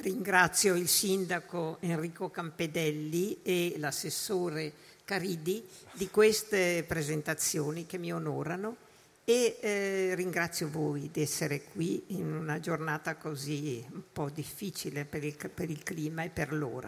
Ringrazio il sindaco Enrico Campedelli e l'assessore Caridi di queste presentazioni che mi onorano e ringrazio voi di essere qui in una giornata così un po' difficile per il clima e per l'ora.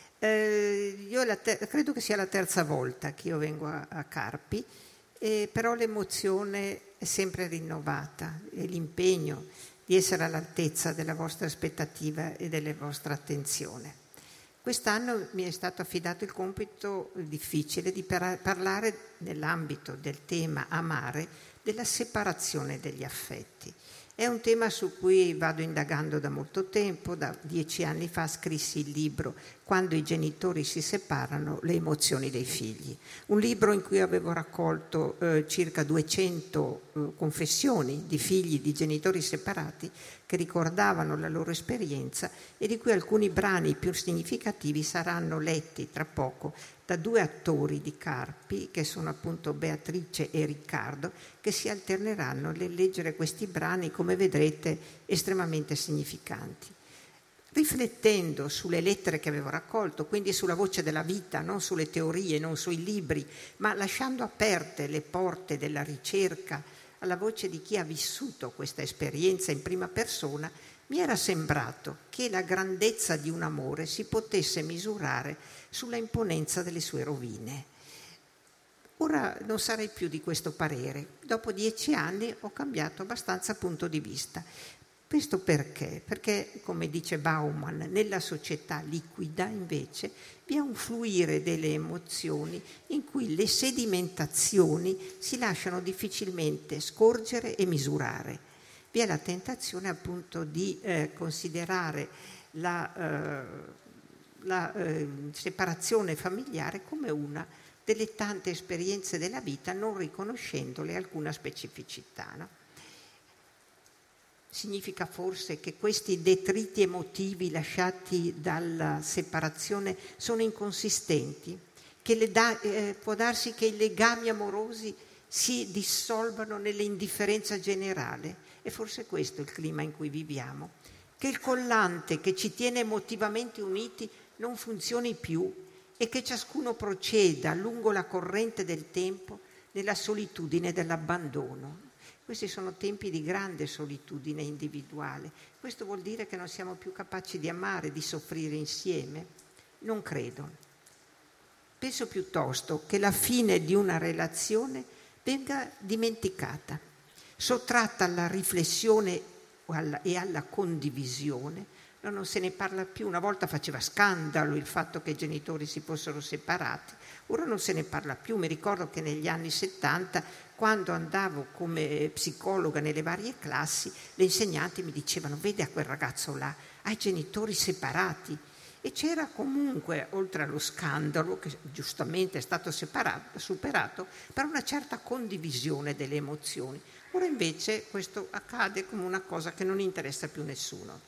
Io credo che sia la terza volta che io vengo a Carpi, però l'emozione è sempre rinnovata e l'impegno di essere all'altezza della vostra aspettativa e della vostra attenzione. Quest'anno mi è stato affidato il compito difficile di parlare nell'ambito del tema amare della separazione degli affetti. È un tema su cui vado indagando da molto tempo. Da 10 anni fa scrissi il libro Quando i genitori si separano, le emozioni dei figli. Un libro in cui avevo raccolto circa 200 confessioni di figli di genitori separati che ricordavano la loro esperienza e di cui alcuni brani più significativi saranno letti tra poco da 2 attori di Carpi, che sono appunto Beatrice e Riccardo, che si alterneranno nel leggere questi brani, come vedrete, estremamente significanti. Riflettendo sulle lettere che avevo raccolto, quindi sulla voce della vita, non sulle teorie, non sui libri, ma lasciando aperte le porte della ricerca alla voce di chi ha vissuto questa esperienza in prima persona, mi era sembrato che la grandezza di un amore si potesse misurare sulla imponenza delle sue rovine. Ora non sarei più di questo parere. Dopo 10 anni ho cambiato abbastanza punto di vista. Questo perché? Perché, come dice Bauman, nella società liquida invece vi è un fluire delle emozioni in cui le sedimentazioni si lasciano difficilmente scorgere e misurare. Vi è la tentazione appunto di considerare la separazione familiare come una delle tante esperienze della vita, non riconoscendole alcuna specificità, no? Significa forse che questi detriti emotivi lasciati dalla separazione sono inconsistenti, che può darsi che i legami amorosi si dissolvano nell'indifferenza generale. E forse questo è il clima in cui viviamo, che il collante che ci tiene emotivamente uniti non funzioni più e che ciascuno proceda lungo la corrente del tempo nella solitudine dell'abbandono. Questi sono tempi di grande solitudine individuale. Questo vuol dire che non siamo più capaci di amare, di soffrire insieme? Non credo. Penso piuttosto che la fine di una relazione venga dimenticata, sottratta alla riflessione e alla condivisione. Non se ne parla più. Una volta faceva scandalo il fatto che i genitori si fossero separati, ora non se ne parla più. Mi ricordo che negli anni 70, quando andavo come psicologa nelle varie classi, le insegnanti mi dicevano: vede a quel ragazzo là, ha i genitori separati. E c'era comunque, oltre allo scandalo, che giustamente è stato superato, per una certa condivisione delle emozioni. Ora invece questo accade come una cosa che non interessa più nessuno.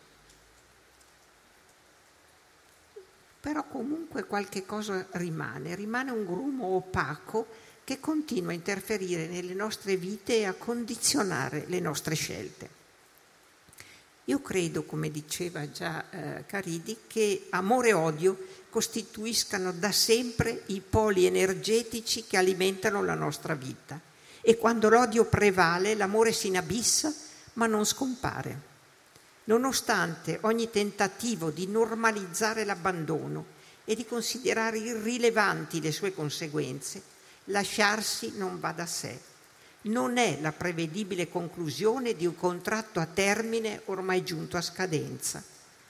Però comunque qualche cosa rimane un grumo opaco che continua a interferire nelle nostre vite e a condizionare le nostre scelte. Io credo, come diceva già Caridi, che amore e odio costituiscano da sempre i poli energetici che alimentano la nostra vita. E quando l'odio prevale, l'amore si inabissa ma non scompare. Nonostante ogni tentativo di normalizzare l'abbandono e di considerare irrilevanti le sue conseguenze, lasciarsi non va da sé. Non è la prevedibile conclusione di un contratto a termine ormai giunto a scadenza.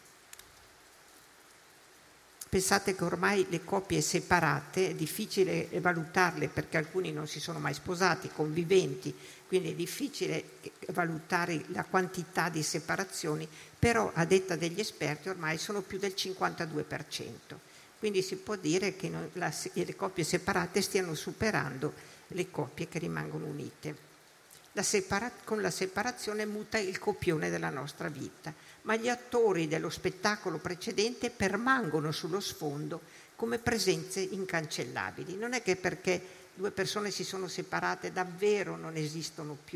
Pensate che ormai le coppie separate è difficile valutarle, perché alcuni non si sono mai sposati, conviventi, quindi è difficile valutare la quantità di separazioni, però a detta degli esperti ormai sono più del 52%. Quindi si può dire che le coppie separate stiano superando le coppie che rimangono unite. Con la separazione muta il copione della nostra vita, ma gli attori dello spettacolo precedente permangono sullo sfondo come presenze incancellabili. Non è che perché 2 persone si sono separate davvero non esistono più,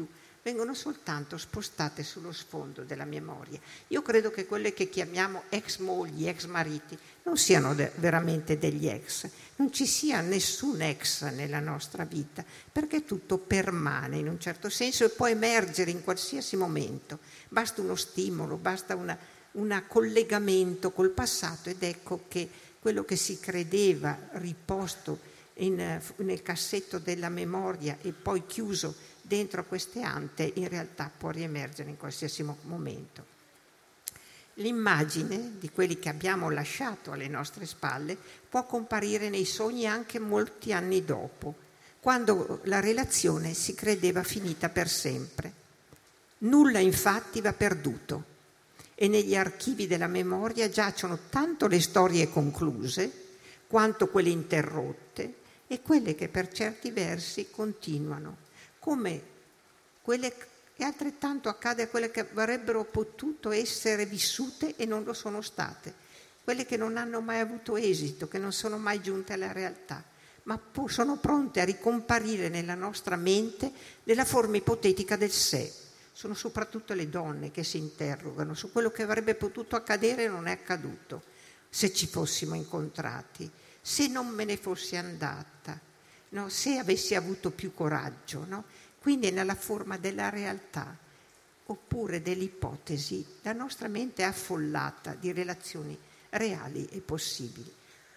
vengono soltanto spostate sullo sfondo della memoria. Io credo che quelle che chiamiamo ex mogli, ex mariti, non siano veramente degli ex. Non ci sia nessun ex nella nostra vita, perché tutto permane in un certo senso e può emergere in qualsiasi momento. Basta uno stimolo, basta un collegamento col passato, ed ecco che quello che si credeva riposto nel cassetto della memoria e poi chiuso dentro queste ante, in realtà può riemergere in qualsiasi momento. L'immagine di quelli che abbiamo lasciato alle nostre spalle può comparire nei sogni anche molti anni dopo, quando la relazione si credeva finita per sempre. Nulla infatti va perduto e negli archivi della memoria giacciono tanto le storie concluse quanto quelle interrotte e quelle che per certi versi continuano, come quelle, e altrettanto accade a quelle che avrebbero potuto essere vissute e non lo sono state, quelle che non hanno mai avuto esito, che non sono mai giunte alla realtà, ma sono pronte a ricomparire nella nostra mente nella forma ipotetica del sé. Sono soprattutto le donne che si interrogano su quello che avrebbe potuto accadere e non è accaduto, se ci fossimo incontrati, se non me ne fossi andata, no? Se avessi avuto più coraggio, no? Quindi è nella forma della realtà oppure dell'ipotesi. La nostra mente è affollata di relazioni reali e possibili.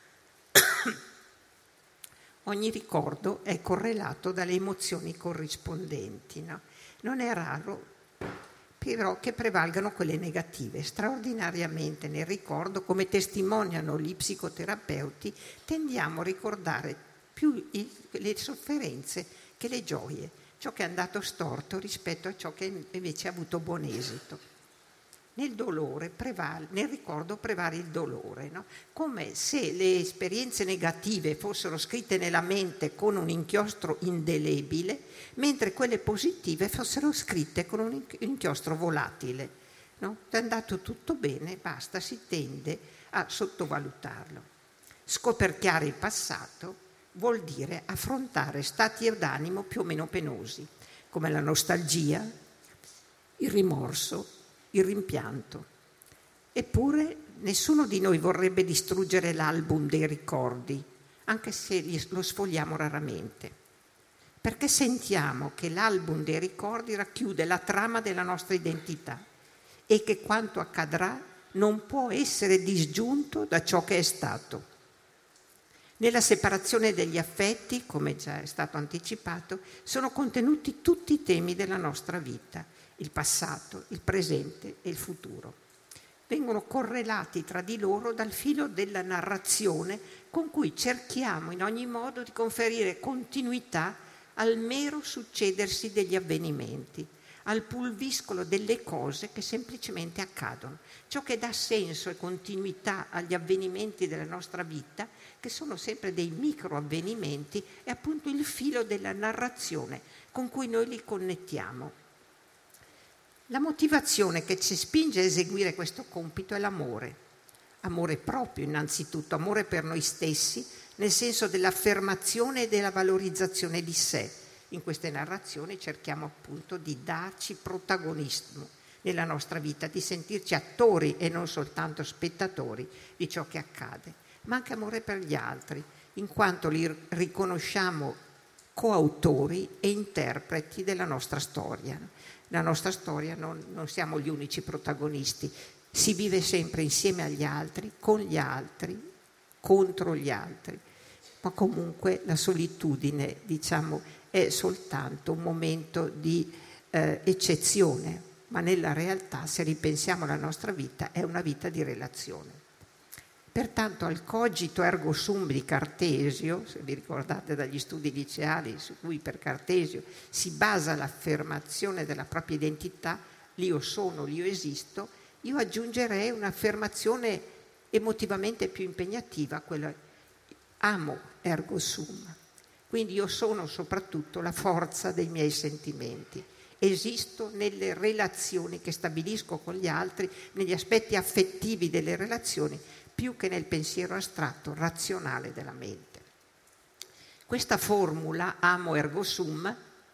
Ogni ricordo è correlato dalle emozioni corrispondenti, no? Non è raro però che prevalgano quelle negative. Straordinariamente nel ricordo, come testimoniano gli psicoterapeuti, tendiamo a ricordare più le sofferenze che le gioie, ciò che è andato storto rispetto a ciò che invece ha avuto buon esito. Nel ricordo prevale il dolore, no? Come se le esperienze negative fossero scritte nella mente con un inchiostro indelebile, mentre quelle positive fossero scritte con un inchiostro volatile, no? È andato tutto bene, basta, si tende a sottovalutarlo. Scoperchiare il passato vuol dire affrontare stati d'animo più o meno penosi, come la nostalgia, il rimorso, il rimpianto. Eppure nessuno di noi vorrebbe distruggere l'album dei ricordi, anche se lo sfogliamo raramente, perché sentiamo che l'album dei ricordi racchiude la trama della nostra identità e che quanto accadrà non può essere disgiunto da ciò che è stato. Nella separazione degli affetti, come già è stato anticipato, sono contenuti tutti i temi della nostra vita, il passato, il presente e il futuro. Vengono correlati tra di loro dal filo della narrazione con cui cerchiamo in ogni modo di conferire continuità al mero succedersi degli avvenimenti, al pulviscolo delle cose che semplicemente accadono. Ciò che dà senso e continuità agli avvenimenti della nostra vita, che sono sempre dei microavvenimenti, è appunto il filo della narrazione con cui noi li connettiamo. La motivazione che ci spinge a eseguire questo compito è l'amore. Amore proprio innanzitutto, amore per noi stessi, nel senso dell'affermazione e della valorizzazione di sé. In queste narrazioni cerchiamo appunto di darci protagonismo nella nostra vita, di sentirci attori e non soltanto spettatori di ciò che accade, ma anche amore per gli altri, in quanto li riconosciamo coautori e interpreti della nostra storia. La nostra storia non siamo gli unici protagonisti, si vive sempre insieme agli altri, con gli altri, contro gli altri, ma comunque la solitudine, diciamo, è soltanto un momento di eccezione, ma nella realtà, se ripensiamo alla nostra vita, è una vita di relazione. Pertanto al cogito ergo sum di Cartesio, se vi ricordate dagli studi liceali su cui per Cartesio si basa l'affermazione della propria identità, l'io sono, l'io esisto, io aggiungerei un'affermazione emotivamente più impegnativa, quella amo ergo sum. Quindi io sono soprattutto la forza dei miei sentimenti. Esisto nelle relazioni che stabilisco con gli altri, negli aspetti affettivi delle relazioni, più che nel pensiero astratto, razionale della mente. Questa formula, amo ergo sum,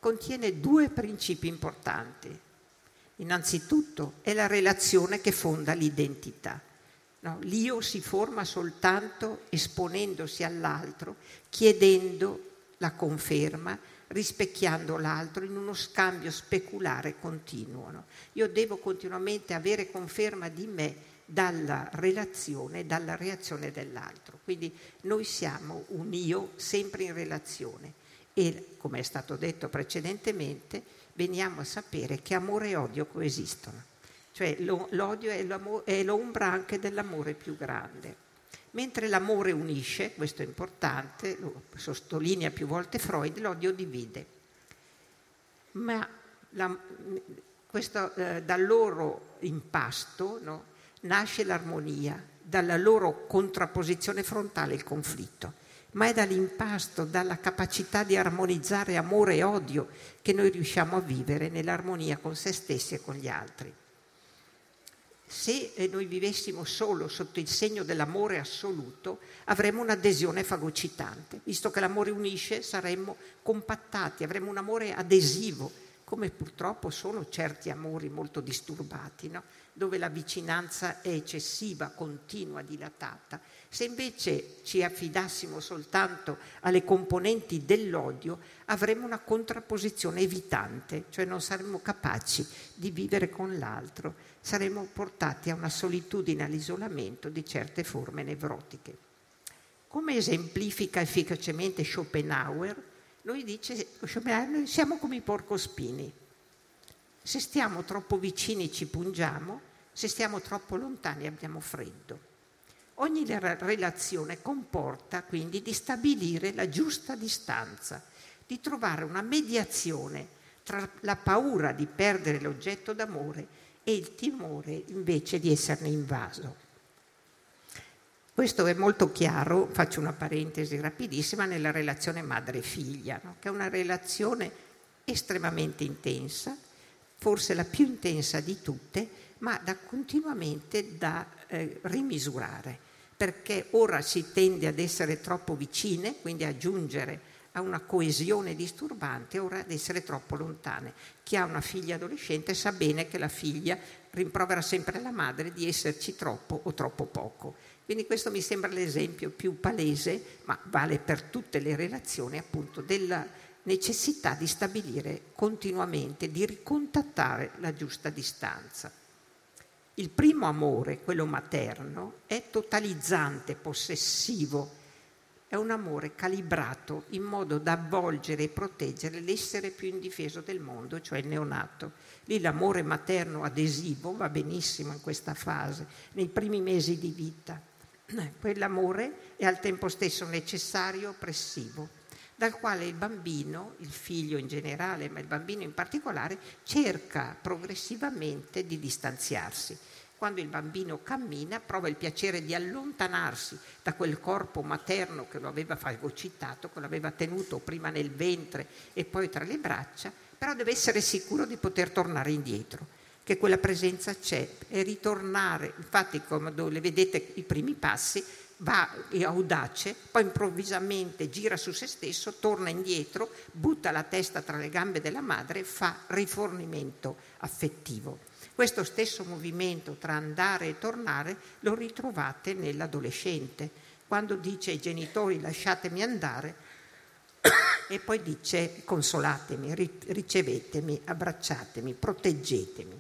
contiene due principi importanti. Innanzitutto è la relazione che fonda l'identità. No, l'io si forma soltanto esponendosi all'altro, chiedendo la conferma, rispecchiando l'altro in uno scambio speculare continuo. No? Io devo continuamente avere conferma di me dalla relazione, dalla reazione dell'altro. Quindi noi siamo un io sempre in relazione e, come è stato detto precedentemente, veniamo a sapere che amore e odio coesistono. Cioè l'odio è l'ombra anche dell'amore più grande. Mentre l'amore unisce, questo è importante, lo sottolinea più volte Freud, l'odio divide. Ma dal loro impasto, no, nasce l'armonia, dalla loro contrapposizione frontale il conflitto. Ma è dall'impasto, dalla capacità di armonizzare amore e odio che noi riusciamo a vivere nell'armonia con se stessi e con gli altri. Se noi vivessimo solo sotto il segno dell'amore assoluto, avremmo un'adesione fagocitante. Visto che l'amore unisce, saremmo compattati, avremmo un amore adesivo, come purtroppo sono certi amori molto disturbati, no? Dove la vicinanza è eccessiva, continua, dilatata. Se invece ci affidassimo soltanto alle componenti dell'odio, avremmo una contrapposizione evitante, cioè non saremmo capaci di vivere con l'altro, saremmo portati a una solitudine, all'isolamento di certe forme nevrotiche. Come esemplifica efficacemente Schopenhauer, noi siamo come i porcospini. Se stiamo troppo vicini ci pungiamo, se stiamo troppo lontani abbiamo freddo. Ogni relazione comporta quindi di stabilire la giusta distanza, di trovare una mediazione tra la paura di perdere l'oggetto d'amore e il timore invece di esserne invaso. Questo è molto chiaro, faccio una parentesi rapidissima, nella relazione madre-figlia, no? Che è una relazione estremamente intensa, forse la più intensa di tutte, ma continuamente da rimisurare, perché ora si tende ad essere troppo vicine, quindi a giungere a una coesione disturbante, ora ad essere troppo lontane. Chi ha una figlia adolescente sa bene che la figlia rimprovera sempre la madre di esserci troppo o troppo poco. Quindi questo mi sembra l'esempio più palese, ma vale per tutte le relazioni, appunto, della necessità di stabilire continuamente, di ricontattare la giusta distanza. Il primo amore, quello materno, è totalizzante, possessivo, è un amore calibrato in modo da avvolgere e proteggere l'essere più indifeso del mondo, cioè il neonato. Lì l'amore materno adesivo va benissimo in questa fase, nei primi mesi di vita. Quell'amore è al tempo stesso necessario e oppressivo, dal quale il bambino, il figlio in generale, ma il bambino in particolare, cerca progressivamente di distanziarsi. Quando il bambino cammina, prova il piacere di allontanarsi da quel corpo materno che lo aveva fagocitato, che lo aveva tenuto prima nel ventre e poi tra le braccia, però deve essere sicuro di poter tornare indietro, che quella presenza c'è, e ritornare. Infatti, come le vedete i primi passi, va audace, poi improvvisamente gira su se stesso, torna indietro, butta la testa tra le gambe della madre e fa rifornimento affettivo. Questo stesso movimento tra andare e tornare lo ritrovate nell'adolescente, quando dice ai genitori lasciatemi andare e poi dice consolatemi, ricevetemi, abbracciatemi, proteggetemi.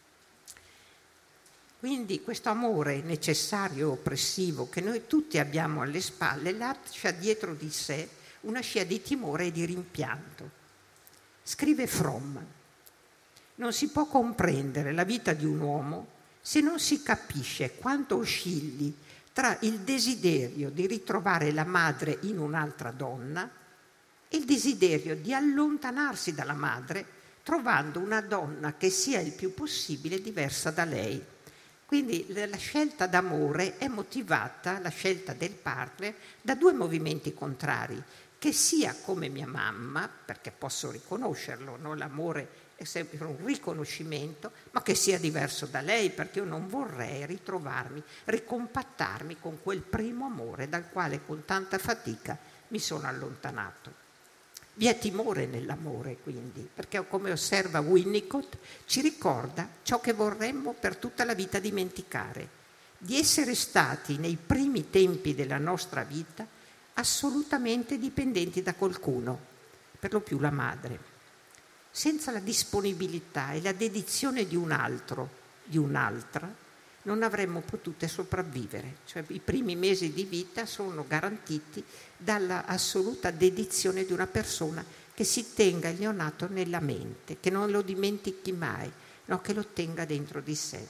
Quindi questo amore necessario e oppressivo che noi tutti abbiamo alle spalle lascia dietro di sé una scia di timore e di rimpianto. Scrive Fromm: non si può comprendere la vita di un uomo se non si capisce quanto oscilli tra il desiderio di ritrovare la madre in un'altra donna e il desiderio di allontanarsi dalla madre trovando una donna che sia il più possibile diversa da lei. Quindi la scelta d'amore è motivata, la scelta del partner, da due movimenti contrari, che sia come mia mamma, perché posso riconoscerlo, no? L'amore è sempre un riconoscimento, ma che sia diverso da lei, perché io non vorrei ritrovarmi, ricompattarmi con quel primo amore dal quale con tanta fatica mi sono allontanato. Vi è timore nell'amore, quindi, perché come osserva Winnicott, ci ricorda ciò che vorremmo per tutta la vita dimenticare, di essere stati nei primi tempi della nostra vita assolutamente dipendenti da qualcuno, per lo più la madre. Senza la disponibilità e la dedizione di un altro, di un'altra, non avremmo potuto sopravvivere. Cioè, i primi mesi di vita sono garantiti dalla assoluta dedizione di una persona che si tenga il neonato nella mente, che non lo dimentichi mai, no, che lo tenga dentro di sé.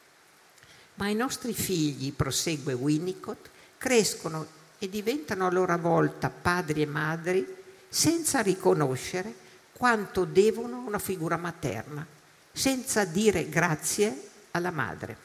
Ma i nostri figli, prosegue Winnicott, crescono e diventano a loro volta padri e madri senza riconoscere quanto devono a una figura materna, senza dire grazie alla madre.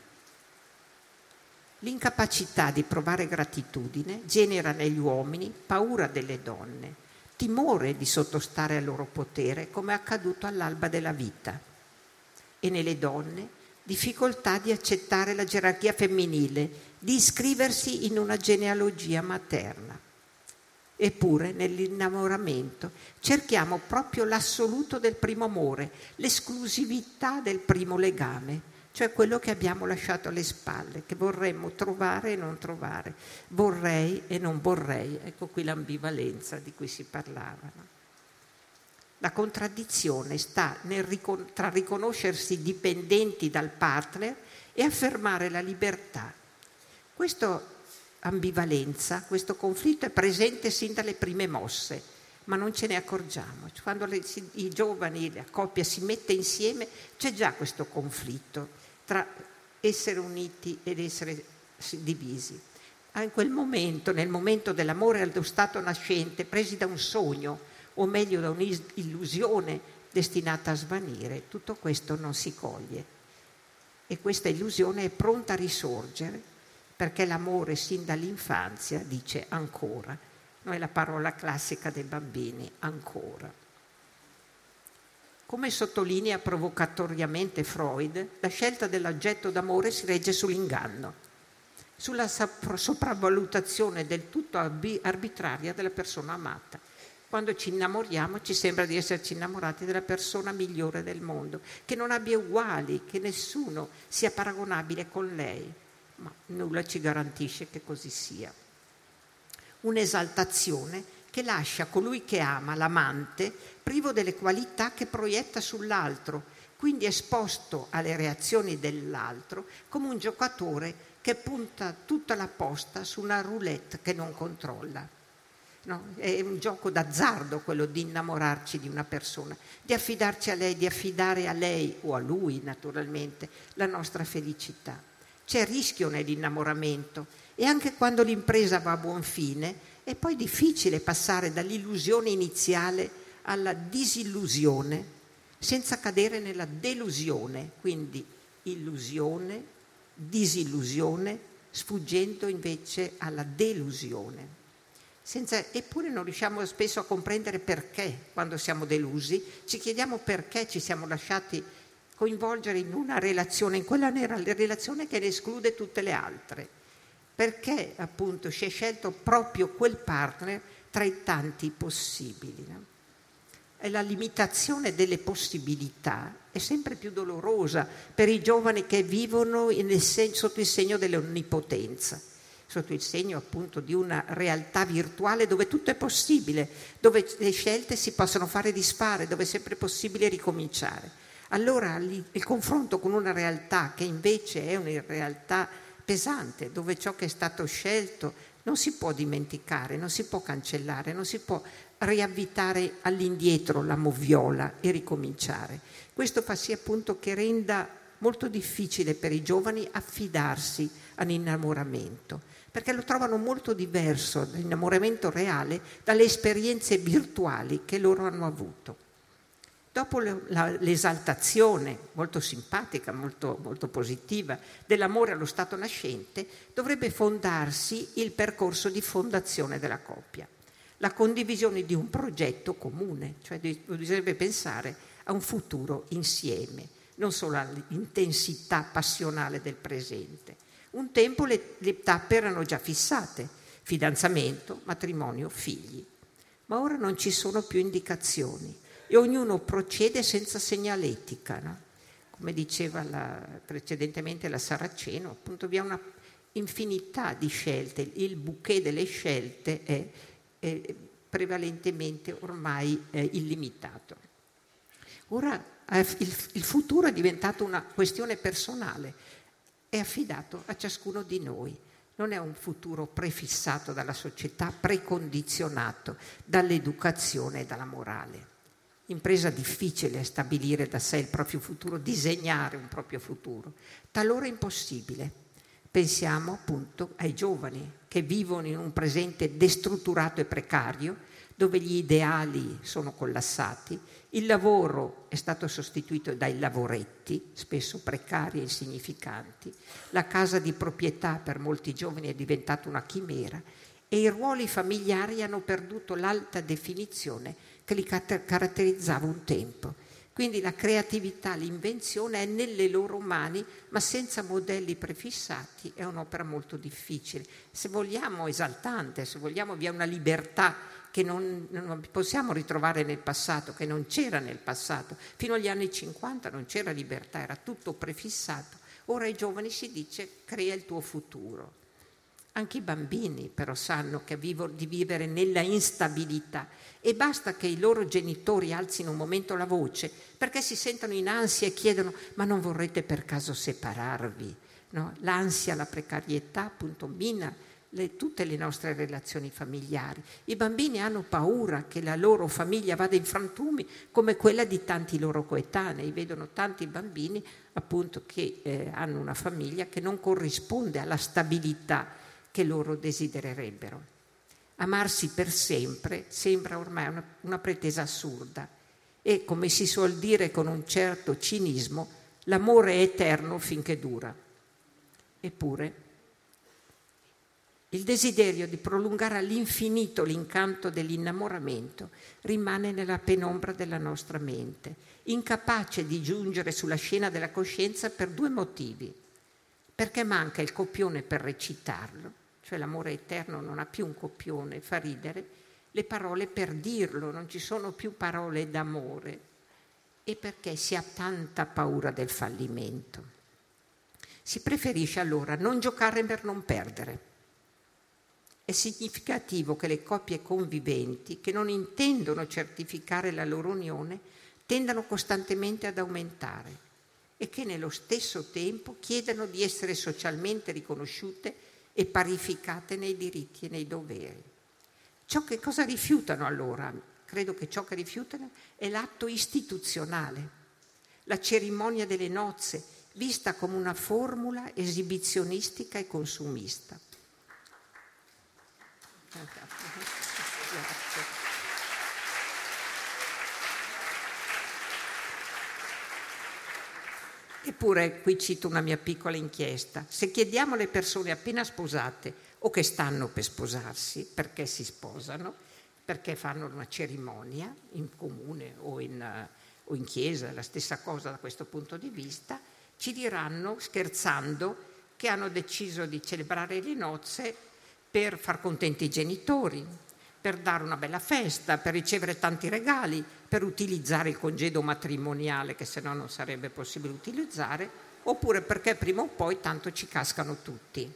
L'incapacità di provare gratitudine genera negli uomini paura delle donne, timore di sottostare al loro potere, come è accaduto all'alba della vita, e nelle donne difficoltà di accettare la gerarchia femminile, di iscriversi in una genealogia materna. Eppure nell'innamoramento cerchiamo proprio l'assoluto del primo amore, l'esclusività del primo legame, cioè quello che abbiamo lasciato alle spalle, che vorremmo trovare e non trovare, vorrei e non vorrei. Ecco qui l'ambivalenza di cui si parlava. No? La contraddizione sta tra riconoscersi dipendenti dal partner e affermare la libertà. Questa ambivalenza, questo conflitto è presente sin dalle prime mosse, ma non ce ne accorgiamo. Quando i giovani, la coppia si mette insieme, c'è già questo conflitto tra essere uniti ed essere divisi. In quel momento, nel momento dell'amore allo stato nascente, presi da un sogno, o meglio da un'illusione destinata a svanire, tutto questo non si coglie. E questa illusione è pronta a risorgere, perché l'amore sin dall'infanzia dice ancora. No, è la parola classica dei bambini, ancora. Come sottolinea provocatoriamente Freud, la scelta dell'oggetto d'amore si regge sull'inganno, sulla sopravvalutazione del tutto arbitraria della persona amata. Quando ci innamoriamo ci sembra di esserci innamorati della persona migliore del mondo, che non abbia uguali, che nessuno sia paragonabile con lei, ma nulla ci garantisce che così sia. Un'esaltazione che lascia colui che ama, l'amante, privo delle qualità che proietta sull'altro, quindi esposto alle reazioni dell'altro come un giocatore che punta tutta la posta su una roulette che non controlla. No, è un gioco d'azzardo quello di innamorarci di una persona, di affidarci a lei, di affidare a lei o a lui naturalmente la nostra felicità. C'è rischio nell'innamoramento e anche quando l'impresa va a buon fine è poi difficile passare dall'illusione iniziale alla disillusione senza cadere nella delusione, quindi illusione, disillusione, sfuggendo invece alla delusione. Eppure non riusciamo spesso a comprendere perché, quando siamo delusi, ci chiediamo perché ci siamo lasciati coinvolgere in una relazione, in quella relazione che ne esclude tutte le altre. Perché appunto si è scelto proprio quel partner tra i tanti possibili. No? E la limitazione delle possibilità è sempre più dolorosa per i giovani che vivono sotto il segno dell'onnipotenza, sotto il segno appunto di una realtà virtuale dove tutto è possibile, dove le scelte si possono fare e disfare, dove è sempre possibile ricominciare. Allora il confronto con una realtà che invece è una realtà pesante, dove ciò che è stato scelto non si può dimenticare, non si può cancellare, non si può riavvitare all'indietro la moviola e ricominciare. Questo fa sì appunto che renda molto difficile per i giovani affidarsi all'innamoramento, perché lo trovano molto diverso, l'innamoramento reale, dalle esperienze virtuali che loro hanno avuto. Dopo l'esaltazione molto simpatica, molto, molto positiva dell'amore allo stato nascente, dovrebbe fondarsi il percorso di fondazione della coppia, la condivisione di un progetto comune, cioè bisognerebbe pensare a un futuro insieme, non solo all'intensità passionale del presente. Un tempo le tappe erano già fissate: fidanzamento, matrimonio, figli. ma ora non ci sono più indicazioni e ognuno procede senza segnaletica, no? Come diceva precedentemente la Saraceno, appunto vi è una infinità di scelte, il bouquet delle scelte è prevalentemente ormai illimitato. Ora il futuro è diventato una questione personale, è affidato a ciascuno di noi. Non è un futuro prefissato dalla società, precondizionato dall'educazione e dalla morale. Impresa difficile è stabilire da sé il proprio futuro, disegnare un proprio futuro, talora impossibile. Pensiamo appunto ai giovani che vivono in un presente destrutturato e precario, dove gli ideali sono collassati, il lavoro è stato sostituito dai lavoretti, spesso precari e insignificanti, la casa di proprietà per molti giovani è diventata una chimera e i ruoli familiari hanno perduto l'alta definizione che li caratterizzava un tempo. Quindi la creatività, l'invenzione è nelle loro mani, ma senza modelli prefissati è un'opera molto difficile. Se vogliamo esaltante, se vogliamo vi è una libertà che non possiamo ritrovare nel passato, che non c'era nel passato. Fino agli anni 50 non c'era libertà, era tutto prefissato. Ora ai giovani si dice crea il tuo futuro. Anche i bambini però sanno che di vivere nella instabilità e basta che i loro genitori alzino un momento la voce perché si sentono in ansia e chiedono ma non vorrete per caso separarvi? No? L'ansia, la precarietà appunto mina tutte le nostre relazioni familiari. I bambini hanno paura che la loro famiglia vada in frantumi come quella di tanti loro coetanei. Vedono tanti bambini appunto che hanno una famiglia che non corrisponde alla stabilità che loro desidererebbero. Amarsi per sempre sembra ormai una pretesa assurda e, come si suol dire con un certo cinismo, l'amore è eterno finché dura. Eppure il desiderio di prolungare all'infinito l'incanto dell'innamoramento rimane nella penombra della nostra mente, incapace di giungere sulla scena della coscienza per due motivi. Perché manca il copione per recitarlo, cioè l'amore eterno non ha più un copione, fa ridere, le parole per dirlo, non ci sono più parole d'amore, e perché si ha tanta paura del fallimento. Si preferisce allora non giocare per non perdere. È significativo che le coppie conviventi, che non intendono certificare la loro unione, tendano costantemente ad aumentare e che nello stesso tempo chiedano di essere socialmente riconosciute e parificate nei diritti e nei doveri. Che cosa rifiutano allora? Credo che ciò che rifiutano è l'atto istituzionale, la cerimonia delle nozze, vista come una formula esibizionistica e consumista. Grazie. Eppure, qui cito una mia piccola inchiesta, se chiediamo alle persone appena sposate o che stanno per sposarsi, perché si sposano, perché fanno una cerimonia in comune o in chiesa, la stessa cosa da questo punto di vista, ci diranno, scherzando, che hanno deciso di celebrare le nozze per far contenti i genitori, per dare una bella festa, per ricevere tanti regali, per utilizzare il congedo matrimoniale che se no non sarebbe possibile utilizzare, oppure perché prima o poi tanto ci cascano tutti.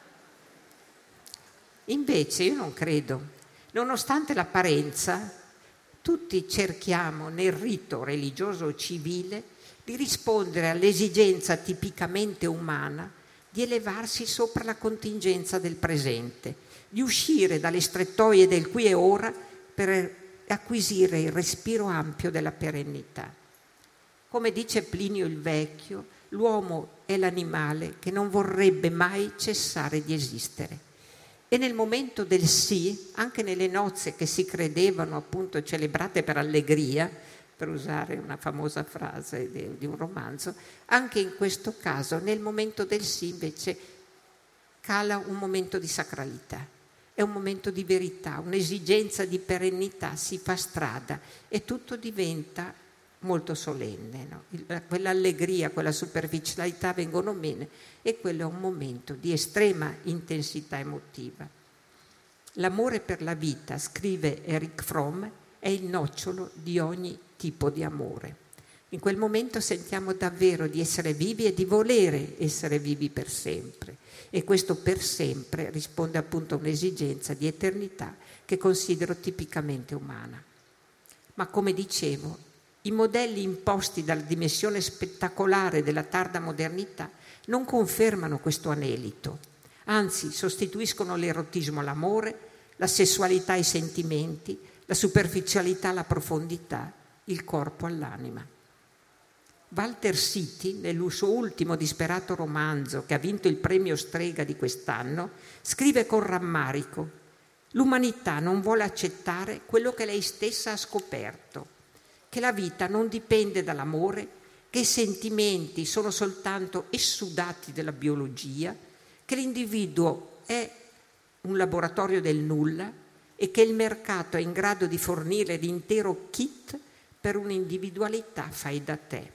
Invece io non credo. Nonostante l'apparenza, tutti cerchiamo nel rito religioso o civile di rispondere all'esigenza tipicamente umana di elevarsi sopra la contingenza del presente, di uscire dalle strettoie del qui e ora per acquisire il respiro ampio della perennità. Come dice Plinio il Vecchio, l'uomo è l'animale che non vorrebbe mai cessare di esistere. E nel momento del sì, anche nelle nozze che si credevano appunto celebrate per allegria, per usare una famosa frase di un romanzo, anche in questo caso nel momento del sì invece cala un momento di sacralità. È un momento di verità, un'esigenza di perennità si fa strada e tutto diventa molto solenne, no? Quell'allegria, quella superficialità vengono meno e quello è un momento di estrema intensità emotiva. L'amore per la vita, scrive Erich Fromm, è il nocciolo di ogni tipo di amore. In quel momento sentiamo davvero di essere vivi e di volere essere vivi per sempre. E questo per sempre risponde appunto a un'esigenza di eternità che considero tipicamente umana. Ma come dicevo, i modelli imposti dalla dimensione spettacolare della tarda modernità non confermano questo anelito, anzi sostituiscono l'erotismo all'amore, la sessualità ai sentimenti, la superficialità alla profondità, il corpo all'anima. Walter City, nel suo ultimo disperato romanzo che ha vinto il premio Strega di quest'anno, scrive con rammarico: l'umanità non vuole accettare quello che lei stessa ha scoperto, che la vita non dipende dall'amore, che i sentimenti sono soltanto esudati della biologia, che l'individuo è un laboratorio del nulla e che il mercato è in grado di fornire l'intero kit per un'individualità fai da te.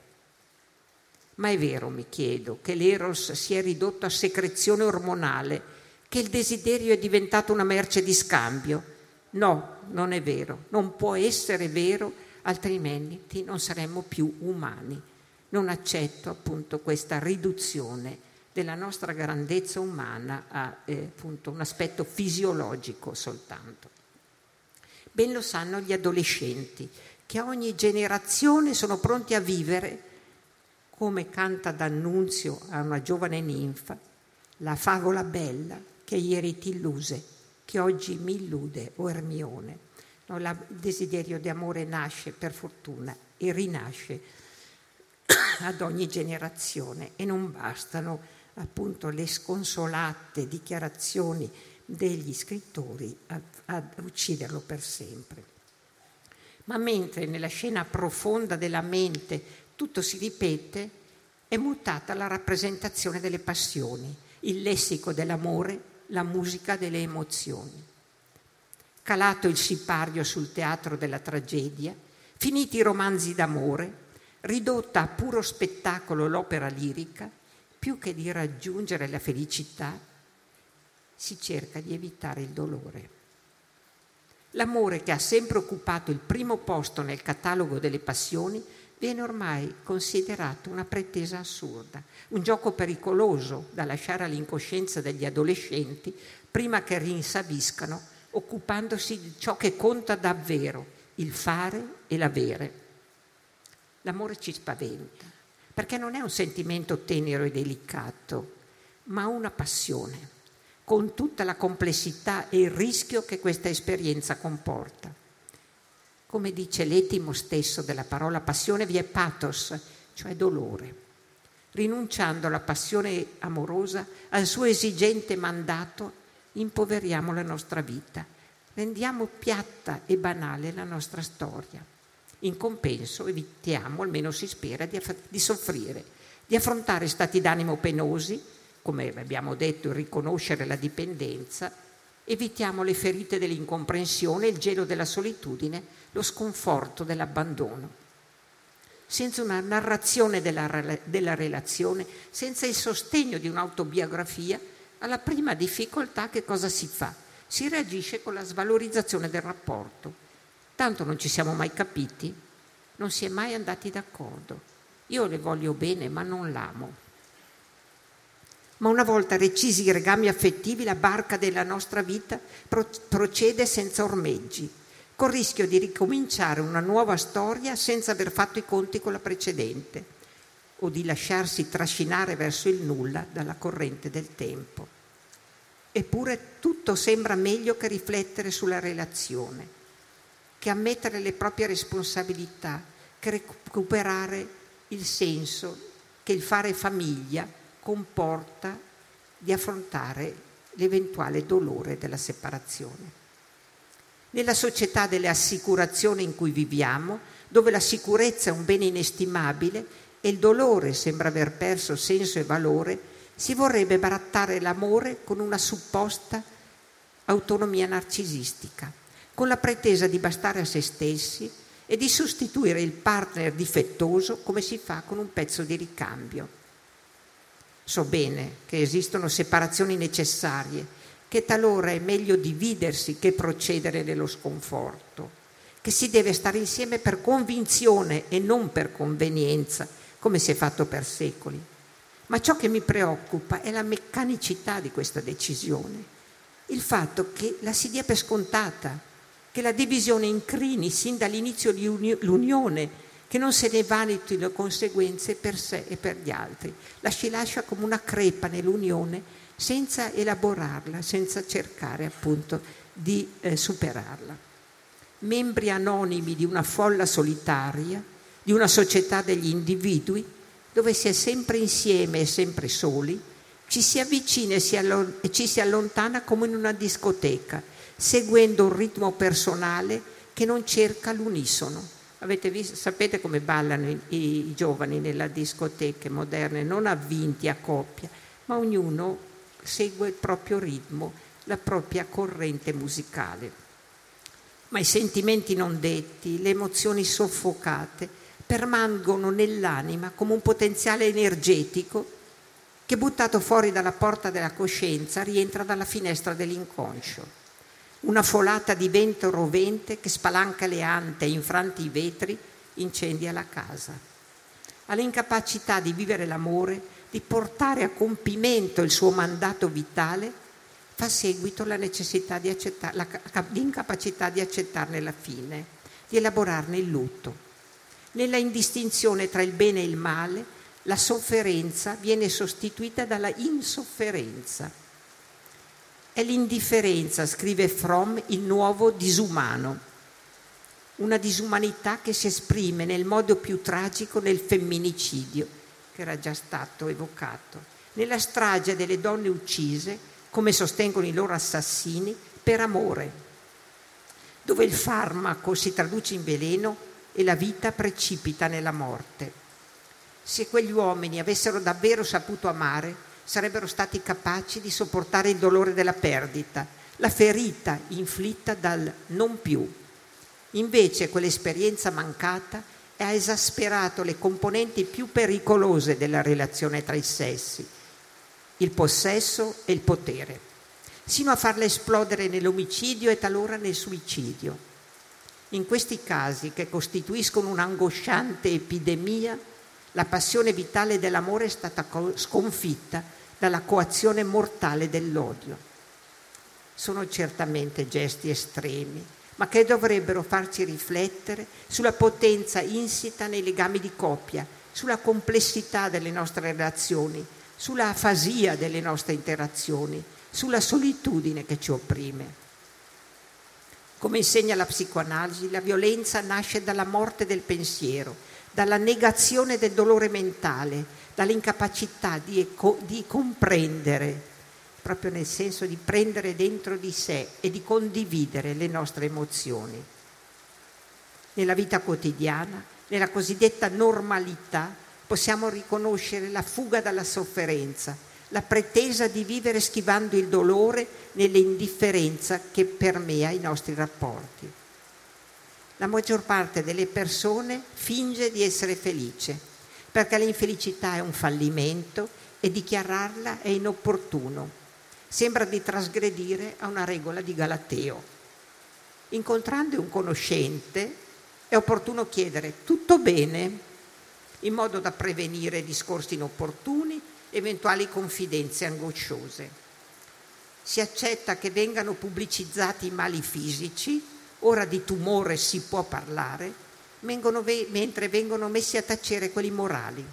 Ma è vero, mi chiedo, che l'eros si è ridotto a secrezione ormonale, che il desiderio è diventato una merce di scambio? No, non è vero, non può essere vero, altrimenti non saremmo più umani. Non accetto appunto questa riduzione della nostra grandezza umana a appunto un aspetto fisiologico soltanto. Ben lo sanno gli adolescenti, che a ogni generazione sono pronti a vivere, come canta D'Annunzio a una giovane ninfa, la favola bella che ieri ti illuse, che oggi mi illude, o Ermione. No, il desiderio di amore nasce per fortuna e rinasce ad ogni generazione, e non bastano appunto le sconsolate dichiarazioni degli scrittori a ucciderlo per sempre. Ma mentre nella scena profonda della mente tutto si ripete, è mutata la rappresentazione delle passioni, il lessico dell'amore, la musica delle emozioni. Calato il sipario sul teatro della tragedia, finiti i romanzi d'amore, ridotta a puro spettacolo l'opera lirica, più che di raggiungere la felicità, si cerca di evitare il dolore. L'amore, che ha sempre occupato il primo posto nel catalogo delle passioni, viene ormai considerato una pretesa assurda, un gioco pericoloso da lasciare all'incoscienza degli adolescenti prima che rinsaviscano, occupandosi di ciò che conta davvero, il fare e l'avere. L'amore ci spaventa, perché non è un sentimento tenero e delicato, ma una passione, con tutta la complessità e il rischio che questa esperienza comporta. Come dice l'etimo stesso della parola passione, vi è pathos, cioè dolore. Rinunciando alla passione amorosa, al suo esigente mandato, impoveriamo la nostra vita, rendiamo piatta e banale la nostra storia. In compenso evitiamo, almeno si spera, di soffrire, di affrontare stati d'animo penosi, come abbiamo detto, il riconoscere la dipendenza. Evitiamo le ferite dell'incomprensione, il gelo della solitudine, lo sconforto dell'abbandono. Senza una narrazione della relazione, senza il sostegno di un'autobiografia, alla prima difficoltà che cosa si fa? Si reagisce con la svalorizzazione del rapporto. Tanto non ci siamo mai capiti, non si è mai andati d'accordo. Io le voglio bene, ma non l'amo. Ma una volta recisi i legami affettivi, la barca della nostra vita procede senza ormeggi, col rischio di ricominciare una nuova storia senza aver fatto i conti con la precedente, o di lasciarsi trascinare verso il nulla dalla corrente del tempo. Eppure tutto sembra meglio che riflettere sulla relazione, che ammettere le proprie responsabilità, che recuperare il senso che il fare famiglia comporta di affrontare l'eventuale dolore della separazione. Nella società delle assicurazioni in cui viviamo, dove la sicurezza è un bene inestimabile e il dolore sembra aver perso senso e valore, si vorrebbe barattare l'amore con una supposta autonomia narcisistica, con la pretesa di bastare a se stessi e di sostituire il partner difettoso come si fa con un pezzo di ricambio. So bene che esistono separazioni necessarie, che talora è meglio dividersi che procedere nello sconforto, che si deve stare insieme per convinzione e non per convenienza, come si è fatto per secoli. Ma ciò che mi preoccupa è la meccanicità di questa decisione, il fatto che la si dia per scontata, che la divisione incrini sin dall'inizio l'unione, che non se ne valuti le conseguenze per sé e per gli altri, la si lascia come una crepa nell'unione senza elaborarla, senza cercare appunto di superarla. Membri anonimi di una folla solitaria, di una società degli individui, dove si è sempre insieme e sempre soli, ci si avvicina e ci si allontana come in una discoteca, seguendo un ritmo personale che non cerca l'unisono. Avete visto, sapete come ballano i giovani nelle discoteche moderne, non avvinti a coppia, ma ognuno segue il proprio ritmo, la propria corrente musicale. Ma i sentimenti non detti, le emozioni soffocate, permangono nell'anima come un potenziale energetico che, buttato fuori dalla porta della coscienza, rientra dalla finestra dell'inconscio. Una folata di vento rovente che spalanca le ante e infranti i vetri incendia la casa. All'incapacità di vivere l'amore, di portare a compimento il suo mandato vitale, fa seguito la necessità di l'incapacità di accettarne la fine, di elaborarne il lutto. Nella indistinzione tra il bene e il male, la sofferenza viene sostituita dalla insofferenza. È l'indifferenza, scrive Fromm, il nuovo disumano. Una disumanità che si esprime nel modo più tragico nel femminicidio, che era già stato evocato, nella strage delle donne uccise, come sostengono i loro assassini, per amore, dove il farmaco si traduce in veleno e la vita precipita nella morte. Se quegli uomini avessero davvero saputo amare, sarebbero stati capaci di sopportare il dolore della perdita, la ferita inflitta dal non più. Invece quell'esperienza mancata ha esasperato le componenti più pericolose della relazione tra i sessi, il possesso e il potere, sino a farla esplodere nell'omicidio e talora nel suicidio. In questi casi, che costituiscono un'angosciante epidemia, la passione vitale dell'amore è stata sconfitta dalla coazione mortale dell'odio. Sono certamente gesti estremi, ma che dovrebbero farci riflettere sulla potenza insita nei legami di coppia, sulla complessità delle nostre relazioni, sulla afasia delle nostre interazioni, sulla solitudine che ci opprime. Come insegna la psicoanalisi, la violenza nasce dalla morte del pensiero, dalla negazione del dolore mentale, dall'incapacità di comprendere, proprio nel senso di prendere dentro di sé e di condividere le nostre emozioni. Nella vita quotidiana, nella cosiddetta normalità, possiamo riconoscere la fuga dalla sofferenza, la pretesa di vivere schivando il dolore nell'indifferenza che permea i nostri rapporti. La maggior parte delle persone finge di essere felice, perché l'infelicità è un fallimento e dichiararla è inopportuno. Sembra di trasgredire a una regola di Galateo. Incontrando un conoscente è opportuno chiedere tutto bene, in modo da prevenire discorsi inopportuni, eventuali confidenze angosciose. Si accetta che vengano pubblicizzati i mali fisici, ora di tumore si può parlare, mentre vengono messi a tacere quelli morali.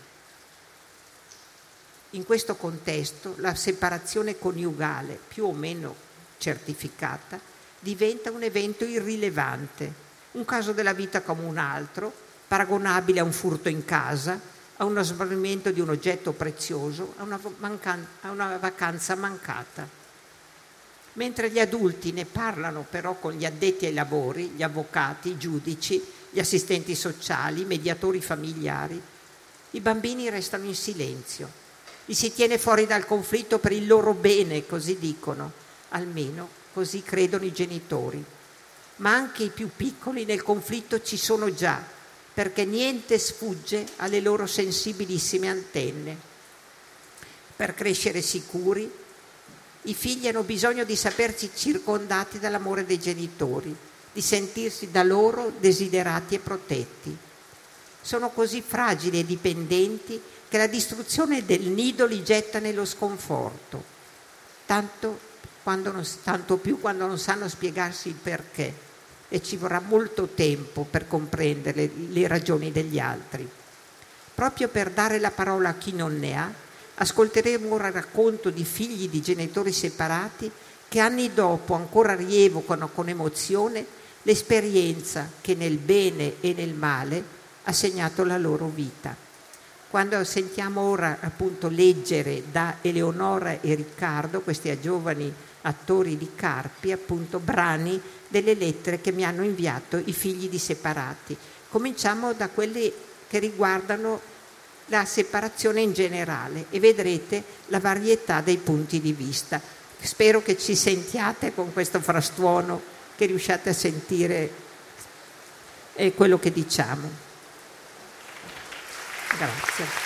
In questo contesto la separazione coniugale, più o meno certificata, diventa un evento irrilevante, un caso della vita come un altro, paragonabile a un furto in casa, a uno smarrimento di un oggetto prezioso, a una vacanza mancata. Mentre gli adulti ne parlano però con gli addetti ai lavori, gli avvocati, i giudici, gli assistenti sociali, i mediatori familiari, i bambini restano in silenzio. Li si tiene fuori dal conflitto per il loro bene, così dicono, almeno così credono i genitori. Ma anche i più piccoli nel conflitto ci sono già, perché niente sfugge alle loro sensibilissime antenne. Per crescere sicuri I figli hanno bisogno di sapersi circondati dall'amore dei genitori, di sentirsi da loro desiderati e protetti. Sono così fragili e dipendenti che la distruzione del nido li getta nello sconforto, tanto più quando non sanno spiegarsi il perché, e ci vorrà molto tempo per comprendere le ragioni degli altri. Proprio per dare la parola a chi non ne ha, ascolteremo ora il racconto di figli di genitori separati che anni dopo ancora rievocano con emozione l'esperienza che nel bene e nel male ha segnato la loro vita. Quando sentiamo ora appunto leggere da Eleonora e Riccardo, questi giovani attori di Carpi, appunto brani delle lettere che mi hanno inviato i figli di separati. Cominciamo da quelle che riguardano la separazione in generale e vedrete la varietà dei punti di vista. Spero che ci sentiate con questo frastuono, che riusciate a sentire quello che diciamo. Grazie.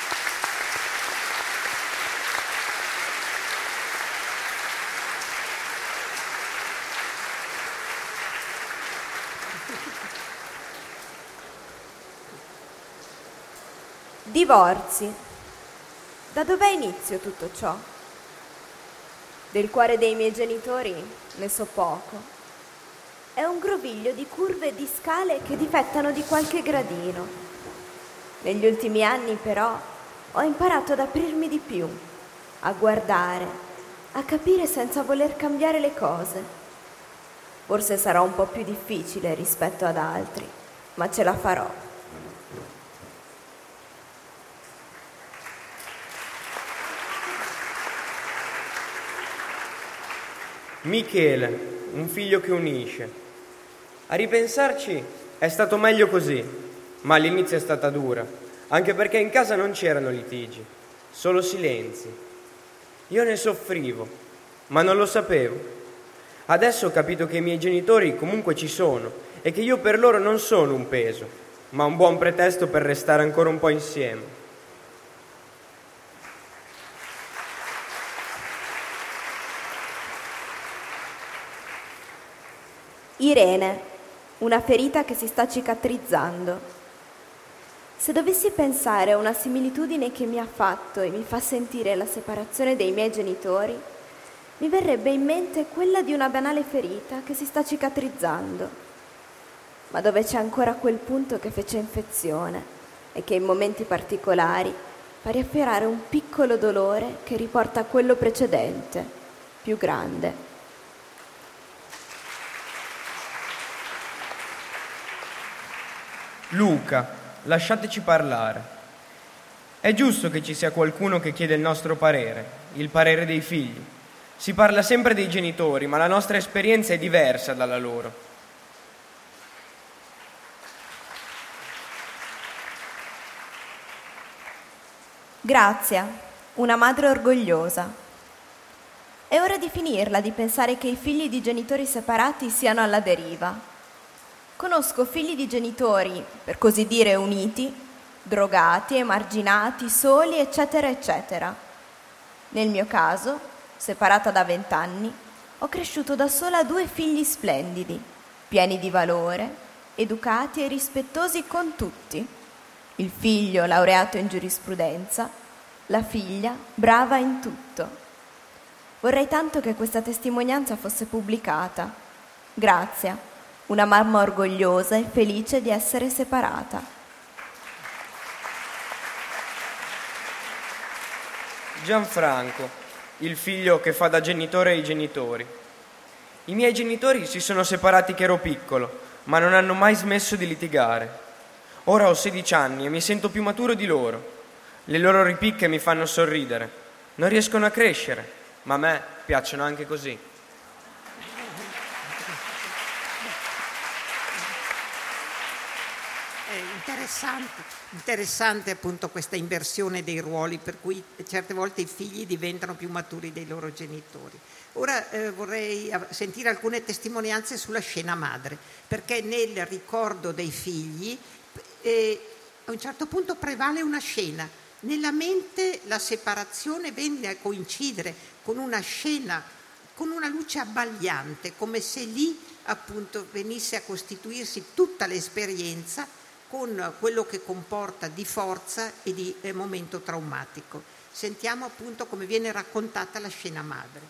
Divorzi. Da dov'è inizio tutto ciò? Del cuore dei miei genitori ne so poco. È un groviglio di curve e di scale che difettano di qualche gradino. Negli ultimi anni, però, ho imparato ad aprirmi di più, a guardare, a capire senza voler cambiare le cose. Forse sarà un po' più difficile rispetto ad altri, ma ce la farò. Michele, un figlio che unisce. A ripensarci è stato meglio così, ma all'inizio è stata dura, anche perché in casa non c'erano litigi, solo silenzi. Io ne soffrivo, ma non lo sapevo. Adesso ho capito che i miei genitori comunque ci sono e che io per loro non sono un peso, ma un buon pretesto per restare ancora un po' insieme. Irene, una ferita che si sta cicatrizzando. Se dovessi pensare a una similitudine che mi ha fatto e mi fa sentire la separazione dei miei genitori, mi verrebbe in mente quella di una banale ferita che si sta cicatrizzando, ma dove c'è ancora quel punto che fece infezione e che in momenti particolari fa riaffiorare un piccolo dolore che riporta a quello precedente, più grande. Luca, lasciateci parlare. È giusto che ci sia qualcuno che chiede il nostro parere, il parere dei figli. Si parla sempre dei genitori, ma la nostra esperienza è diversa dalla loro. Grazia, una madre orgogliosa. È ora di finirla di pensare che i figli di genitori separati siano alla deriva. Conosco figli di genitori, per così dire, uniti, drogati, emarginati, soli, eccetera, eccetera. Nel mio caso, separata da 20 anni, ho cresciuto da sola 2 figli splendidi, pieni di valore, educati e rispettosi con tutti. Il figlio laureato in giurisprudenza, la figlia brava in tutto. Vorrei tanto che questa testimonianza fosse pubblicata. Grazia. Una mamma orgogliosa e felice di essere separata. Gianfranco, il figlio che fa da genitore ai genitori. I miei genitori si sono separati che ero piccolo, ma non hanno mai smesso di litigare. Ora ho 16 anni e mi sento più maturo di loro. Le loro ripicche mi fanno sorridere. Non riescono a crescere, ma a me piacciono anche così. Interessante appunto questa inversione dei ruoli, per cui certe volte i figli diventano più maturi dei loro genitori. Ora vorrei sentire alcune testimonianze sulla scena madre, perché nel ricordo dei figli a un certo punto prevale una scena Nella mente la separazione venne a coincidere con una scena, con una luce abbagliante, come se lì appunto venisse a costituirsi tutta l'esperienza con quello che comporta di forza e di momento traumatico. Sentiamo appunto come viene raccontata la scena madre.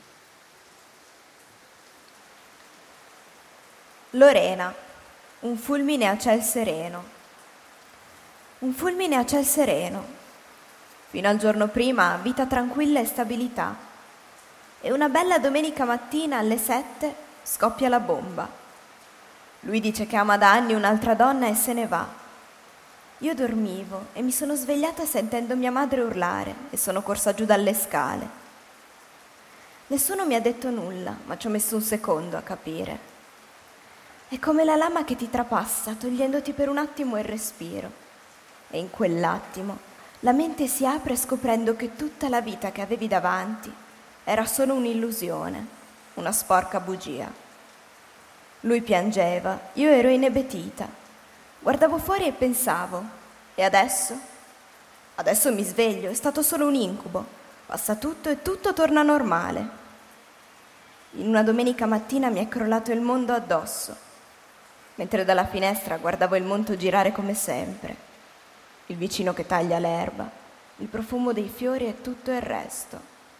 Lorena, un fulmine a ciel sereno. Un fulmine a ciel sereno. Fino al giorno prima vita tranquilla e stabilità. E una bella domenica mattina alle 7 scoppia la bomba. Lui dice che ama da anni un'altra donna e se ne va. Io dormivo e mi sono svegliata sentendo mia madre urlare e sono corsa giù dalle scale. Nessuno mi ha detto nulla, ma ci ho messo un secondo a capire. È come la lama che ti trapassa, togliendoti per un attimo il respiro. E in quell'attimo la mente si apre scoprendo che tutta la vita che avevi davanti era solo un'illusione, una sporca bugia. Lui piangeva, io ero inebetita. Guardavo fuori e pensavo, e adesso? Adesso mi sveglio, è stato solo un incubo. Passa tutto e tutto torna normale. In una domenica mattina mi è crollato il mondo addosso, mentre dalla finestra guardavo il mondo girare come sempre. Il vicino che taglia l'erba, il profumo dei fiori e tutto il resto.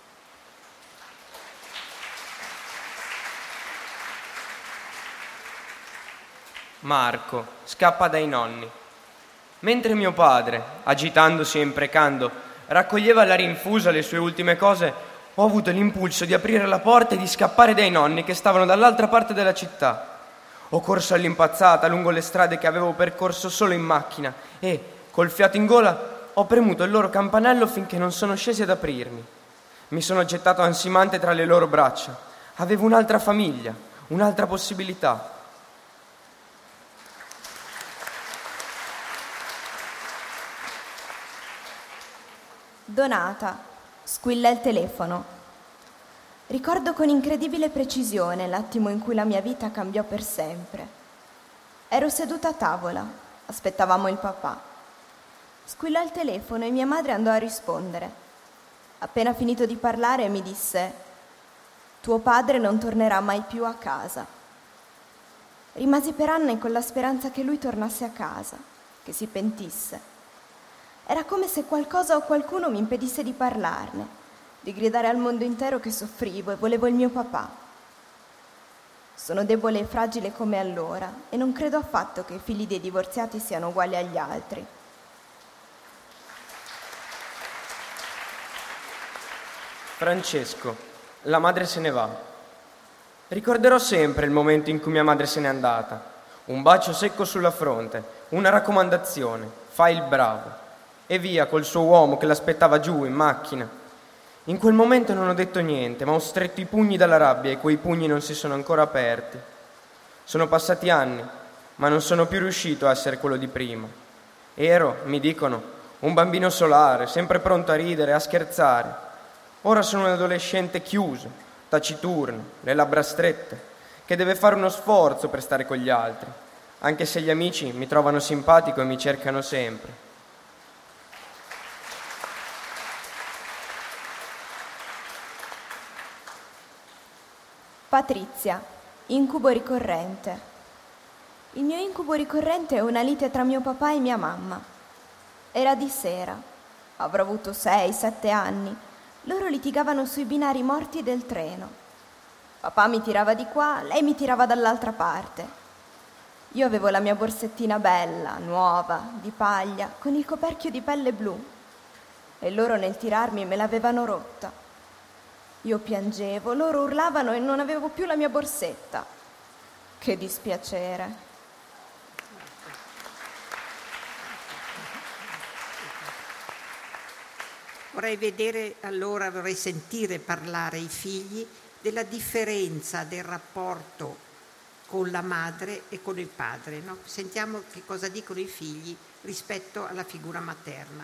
Marco scappa dai nonni. Mentre mio padre, agitandosi e imprecando, raccoglieva alla rinfusa le sue ultime cose, ho avuto l'impulso di aprire la porta e di scappare dai nonni che stavano dall'altra parte della città. Ho corso all'impazzata lungo le strade che avevo percorso solo in macchina e, col fiato in gola, ho premuto il loro campanello finché non sono scesi ad aprirmi. Mi sono gettato ansimante tra le loro braccia. Avevo un'altra famiglia, un'altra possibilità. Donata, squilla il telefono. Ricordo con incredibile precisione l'attimo in cui la mia vita cambiò per sempre. Ero seduta a tavola, aspettavamo il papà. Squillò il telefono e mia madre andò a rispondere. Appena finito di parlare mi disse: tuo padre non tornerà mai più a casa. Rimasi per anni con la speranza che lui tornasse a casa, che si pentisse. Era come se qualcosa o qualcuno mi impedisse di parlarne, di gridare al mondo intero che soffrivo e volevo il mio papà. Sono debole e fragile come allora e non credo affatto che i figli dei divorziati siano uguali agli altri. Francesco, la madre se ne va. Ricorderò sempre il momento in cui mia madre se n'è andata. Un bacio secco sulla fronte, una raccomandazione, fai il bravo. E via col suo uomo che l'aspettava giù in macchina. In quel momento non ho detto niente, ma ho stretto i pugni dalla rabbia e quei pugni non si sono ancora aperti. Sono passati anni, ma non sono più riuscito a essere quello di prima. Ero, mi dicono, un bambino solare, sempre pronto a ridere, a scherzare. Ora sono un adolescente chiuso, taciturno, le labbra strette, che deve fare uno sforzo per stare con gli altri, anche se gli amici mi trovano simpatico e mi cercano sempre. Patrizia, incubo ricorrente. Il mio incubo ricorrente è una lite tra mio papà e mia mamma. Era di sera, avrò avuto 6-7 anni. Loro litigavano sui binari morti del treno. Papà mi tirava di qua, lei mi tirava dall'altra parte. Io avevo la mia borsettina bella, nuova, di paglia, con il coperchio di pelle blu. E loro nel tirarmi me l'avevano rotta. Io piangevo, loro urlavano e non avevo più la mia borsetta. Che dispiacere. Vorrei sentire parlare i figli della differenza del rapporto con la madre e con il padre, no? Sentiamo che cosa dicono i figli rispetto alla figura materna.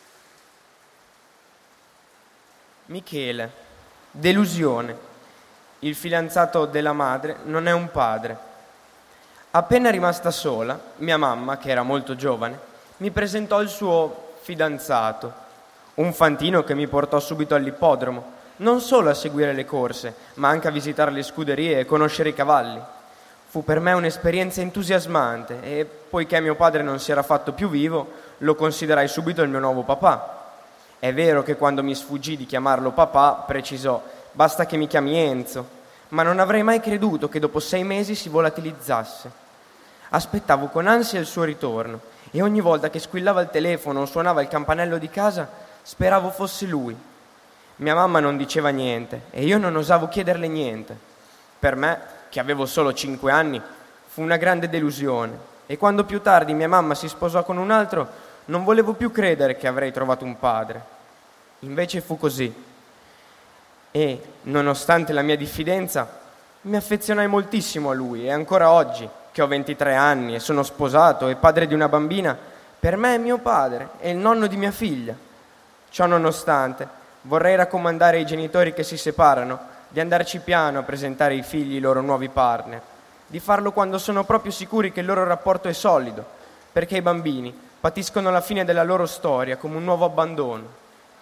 Michele, delusione. Il fidanzato della madre non è un padre. Appena rimasta sola, mia mamma, che era molto giovane, mi presentò il suo fidanzato. Un fantino che mi portò subito all'ippodromo, non solo a seguire le corse, ma anche a visitare le scuderie e conoscere i cavalli. Fu per me un'esperienza entusiasmante e, poiché mio padre non si era fatto più vivo, lo considerai subito il mio nuovo papà. È vero che quando mi sfuggì di chiamarlo papà, precisò: «Basta che mi chiami Enzo», ma non avrei mai creduto che dopo 6 mesi si volatilizzasse. Aspettavo con ansia il suo ritorno e ogni volta che squillava il telefono o suonava il campanello di casa speravo fosse lui. Mia mamma non diceva niente e io non osavo chiederle niente. Per me, che avevo solo 5 anni, fu una grande delusione e quando più tardi mia mamma si sposò con un altro non volevo più credere che avrei trovato un padre. Invece fu così. E, nonostante la mia diffidenza, mi affezionai moltissimo a lui e ancora oggi, che ho 23 anni e sono sposato e padre di una bambina, per me è mio padre e il nonno di mia figlia. Ciò nonostante, vorrei raccomandare ai genitori che si separano di andarci piano a presentare ai figli i loro nuovi partner, di farlo quando sono proprio sicuri che il loro rapporto è solido, perché i bambini patiscono la fine della loro storia come un nuovo abbandono.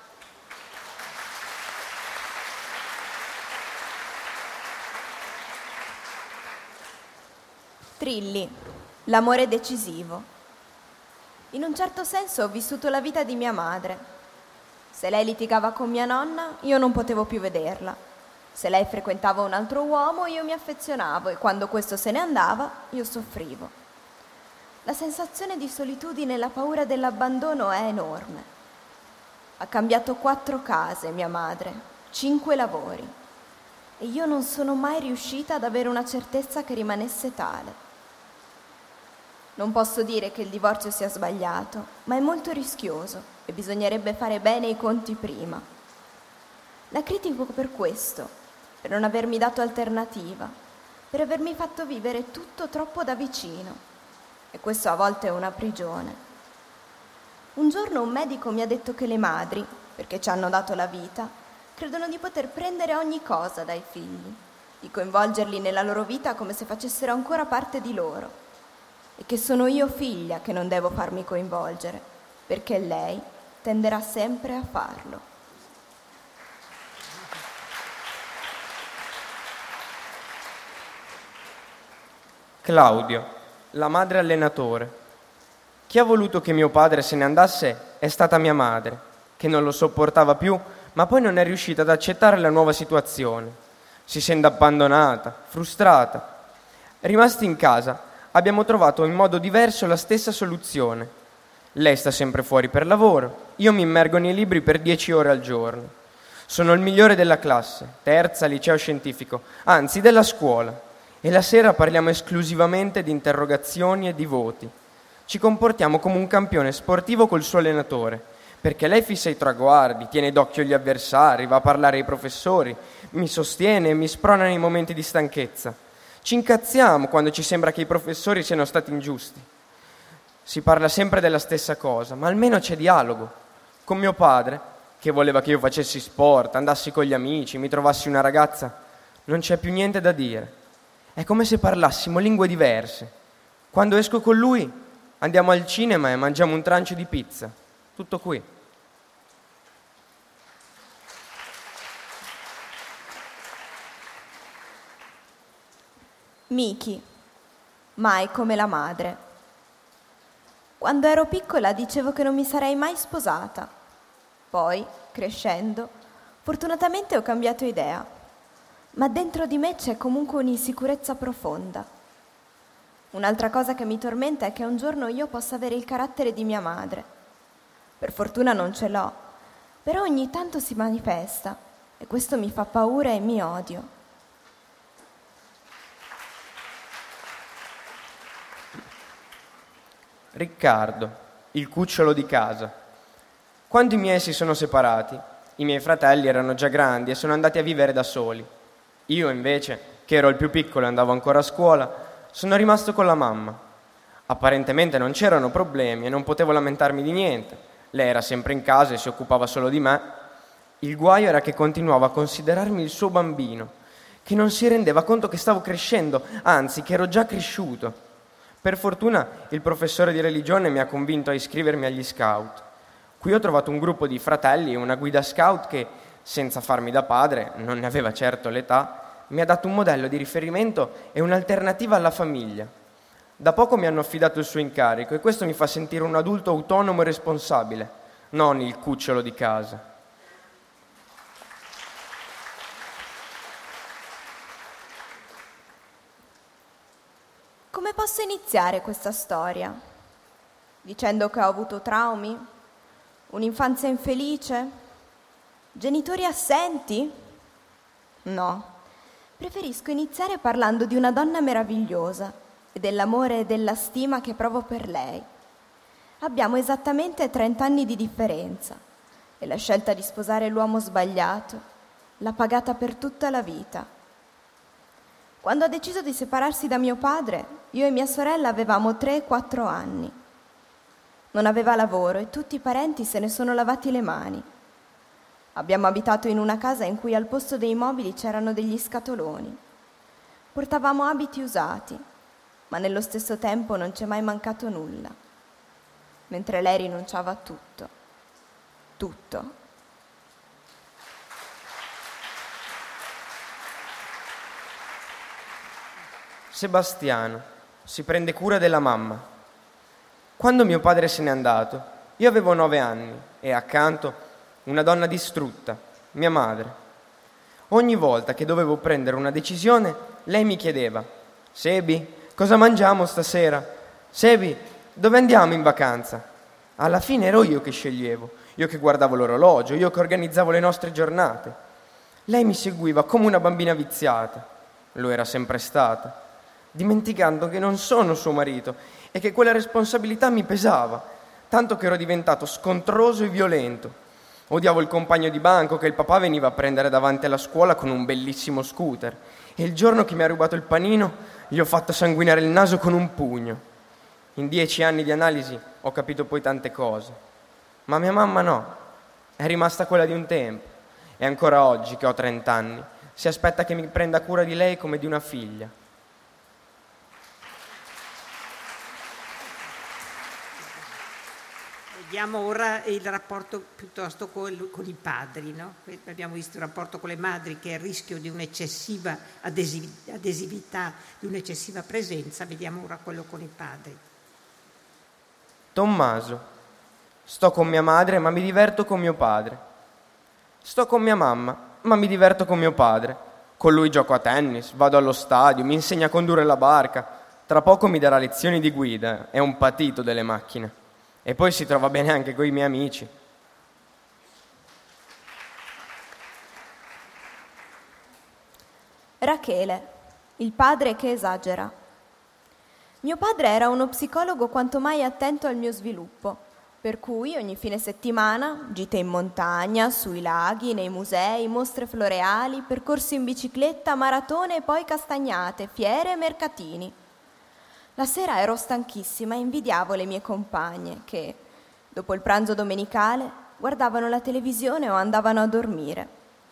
Trilli, l'amore decisivo. In un certo senso ho vissuto la vita di mia madre. Se lei litigava con mia nonna, io non potevo più vederla. Se lei frequentava un altro uomo, io mi affezionavo e quando questo se ne andava, io soffrivo. La sensazione di solitudine e la paura dell'abbandono è enorme. Ha cambiato 4 case, mia madre, 5 lavori. E io non sono mai riuscita ad avere una certezza che rimanesse tale. Non posso dire che il divorzio sia sbagliato, ma è molto rischioso e bisognerebbe fare bene i conti prima. La critico per questo, per non avermi dato alternativa, per avermi fatto vivere tutto troppo da vicino. E questo a volte è una prigione. Un giorno un medico mi ha detto che le madri, perché ci hanno dato la vita, credono di poter prendere ogni cosa dai figli, di coinvolgerli nella loro vita come se facessero ancora parte di loro. E che sono io figlia che non devo farmi coinvolgere, perché lei tenderà sempre a farlo. Claudio, la madre allenatore. Chi ha voluto che mio padre se ne andasse è stata mia madre, che non lo sopportava più, ma poi non è riuscita ad accettare la nuova situazione. Si sente abbandonata, frustrata. Rimasti in casa, abbiamo trovato in modo diverso la stessa soluzione. Lei sta sempre fuori per lavoro, io mi immergo nei libri per 10 ore al giorno. Sono il migliore della classe, terza liceo scientifico, anzi della scuola, e la sera parliamo esclusivamente di interrogazioni e di voti. Ci comportiamo come un campione sportivo col suo allenatore, perché lei fissa i traguardi, tiene d'occhio gli avversari, va a parlare ai professori, mi sostiene e mi sprona nei momenti di stanchezza. Ci incazziamo quando ci sembra che i professori siano stati ingiusti. Si parla sempre della stessa cosa, ma almeno c'è dialogo. Con mio padre, che voleva che io facessi sport, andassi con gli amici, mi trovassi una ragazza, non c'è più niente da dire. È come se parlassimo lingue diverse. Quando esco con lui, andiamo al cinema e mangiamo un trancio di pizza. Tutto qui. Miki, mai come la madre. Quando ero piccola dicevo che non mi sarei mai sposata. Poi, crescendo, fortunatamente ho cambiato idea. Ma dentro di me c'è comunque un'insicurezza profonda. Un'altra cosa che mi tormenta è che un giorno io possa avere il carattere di mia madre. Per fortuna non ce l'ho, però ogni tanto si manifesta e questo mi fa paura e mi odio. Riccardo, il cucciolo di casa. Quando i miei si sono separati, i miei fratelli erano già grandi e sono andati a vivere da soli. Io invece, che ero il più piccolo e andavo ancora a scuola, sono rimasto con la mamma. Apparentemente non c'erano problemi e non potevo lamentarmi di niente. Lei era sempre in casa e si occupava solo di me. Il guaio era che continuava a considerarmi il suo bambino, che non si rendeva conto che stavo crescendo, anzi che ero già cresciuto. Per fortuna il professore di religione mi ha convinto a iscrivermi agli scout. Qui ho trovato un gruppo di fratelli e una guida scout che, senza farmi da padre, non ne aveva certo l'età, mi ha dato un modello di riferimento e un'alternativa alla famiglia. Da poco mi hanno affidato il suo incarico e questo mi fa sentire un adulto autonomo e responsabile, non il cucciolo di casa. Come posso iniziare questa storia? Dicendo che ho avuto traumi? Un'infanzia infelice? Genitori assenti? No, preferisco iniziare parlando di una donna meravigliosa e dell'amore e della stima che provo per lei. Abbiamo esattamente 30 anni di differenza e la scelta di sposare l'uomo sbagliato l'ha pagata per tutta la vita. Quando ha deciso di separarsi da mio padre, io e mia sorella avevamo 3-4 anni. Non aveva lavoro e tutti i parenti se ne sono lavati le mani. Abbiamo abitato in una casa in cui al posto dei mobili c'erano degli scatoloni. Portavamo abiti usati, ma nello stesso tempo non c'è mai mancato nulla, mentre lei rinunciava a tutto. Tutto. Sebastiano si prende cura della mamma. Quando mio padre se n'è andato, io avevo 9 anni e accanto una donna distrutta, mia madre. Ogni volta che dovevo prendere una decisione, lei mi chiedeva: Sebi, cosa mangiamo stasera? Sebi, dove andiamo in vacanza? Alla fine ero io che sceglievo, io che guardavo l'orologio, io che organizzavo le nostre giornate. Lei mi seguiva come una bambina viziata, lo era sempre stata, dimenticando che non sono suo marito e che quella responsabilità mi pesava, tanto che ero diventato scontroso e violento. Odiavo il compagno di banco che il papà veniva a prendere davanti alla scuola con un bellissimo scooter e il giorno che mi ha rubato il panino gli ho fatto sanguinare il naso con un pugno. In 10 anni di analisi ho capito poi tante cose, ma mia mamma no, è rimasta quella di un tempo e ancora oggi, che ho 30 anni, si aspetta che mi prenda cura di lei come di una figlia. Vediamo ora il rapporto piuttosto con i padri, no? Abbiamo visto il rapporto con le madri, che è il rischio di un'eccessiva adesività, di un'eccessiva presenza. Vediamo ora quello con i padri. Tommaso: sto con mia madre ma mi diverto con mio padre. Sto con mia mamma ma mi diverto con mio padre. Con lui gioco a tennis, vado allo stadio, mi insegna a condurre la barca. Tra poco mi darà lezioni di guida, è un patito delle macchine. E poi si trova bene anche con i miei amici. Rachele, il padre che esagera. Mio padre era uno psicologo quanto mai attento al mio sviluppo, per cui ogni fine settimana gite in montagna, sui laghi, nei musei, mostre floreali, percorsi in bicicletta, maratone e poi castagnate, fiere e mercatini. La sera ero stanchissima e invidiavo le mie compagne che, dopo il pranzo domenicale, guardavano la televisione o andavano a dormire.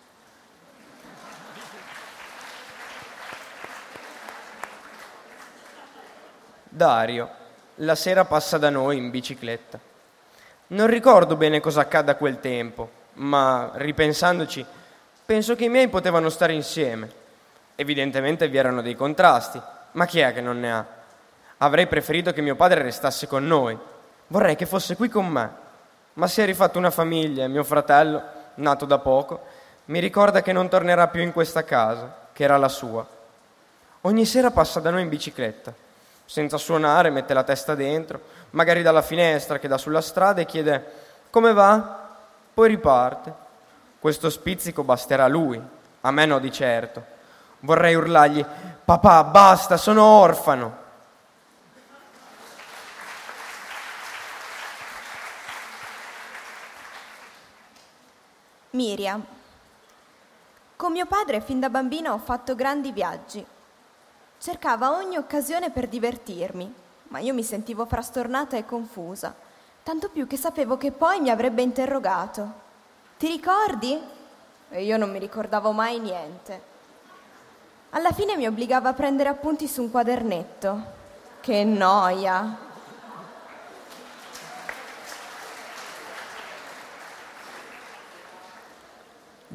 Dario la sera passa da noi in bicicletta. Non ricordo bene cosa accadde a quel tempo, ma ripensandoci, penso che i miei potevano stare insieme. Evidentemente vi erano dei contrasti, ma chi è che non ne ha? Avrei preferito che mio padre restasse con noi. Vorrei che fosse qui con me. Ma si è rifatto una famiglia e mio fratello, nato da poco, mi ricorda che non tornerà più in questa casa, che era la sua. Ogni sera passa da noi in bicicletta. Senza suonare, mette la testa dentro, magari dalla finestra che dà sulla strada, e chiede: come va? Poi riparte. Questo spizzico basterà a lui, a me no di certo. Vorrei urlargli: papà, basta, sono orfano. Miriam. Con mio padre fin da bambina ho fatto grandi viaggi. Cercava ogni occasione per divertirmi, ma io mi sentivo frastornata e confusa, tanto più che sapevo che poi mi avrebbe interrogato: ti ricordi? E io non mi ricordavo mai niente. Alla fine mi obbligava a prendere appunti su un quadernetto. Che noia!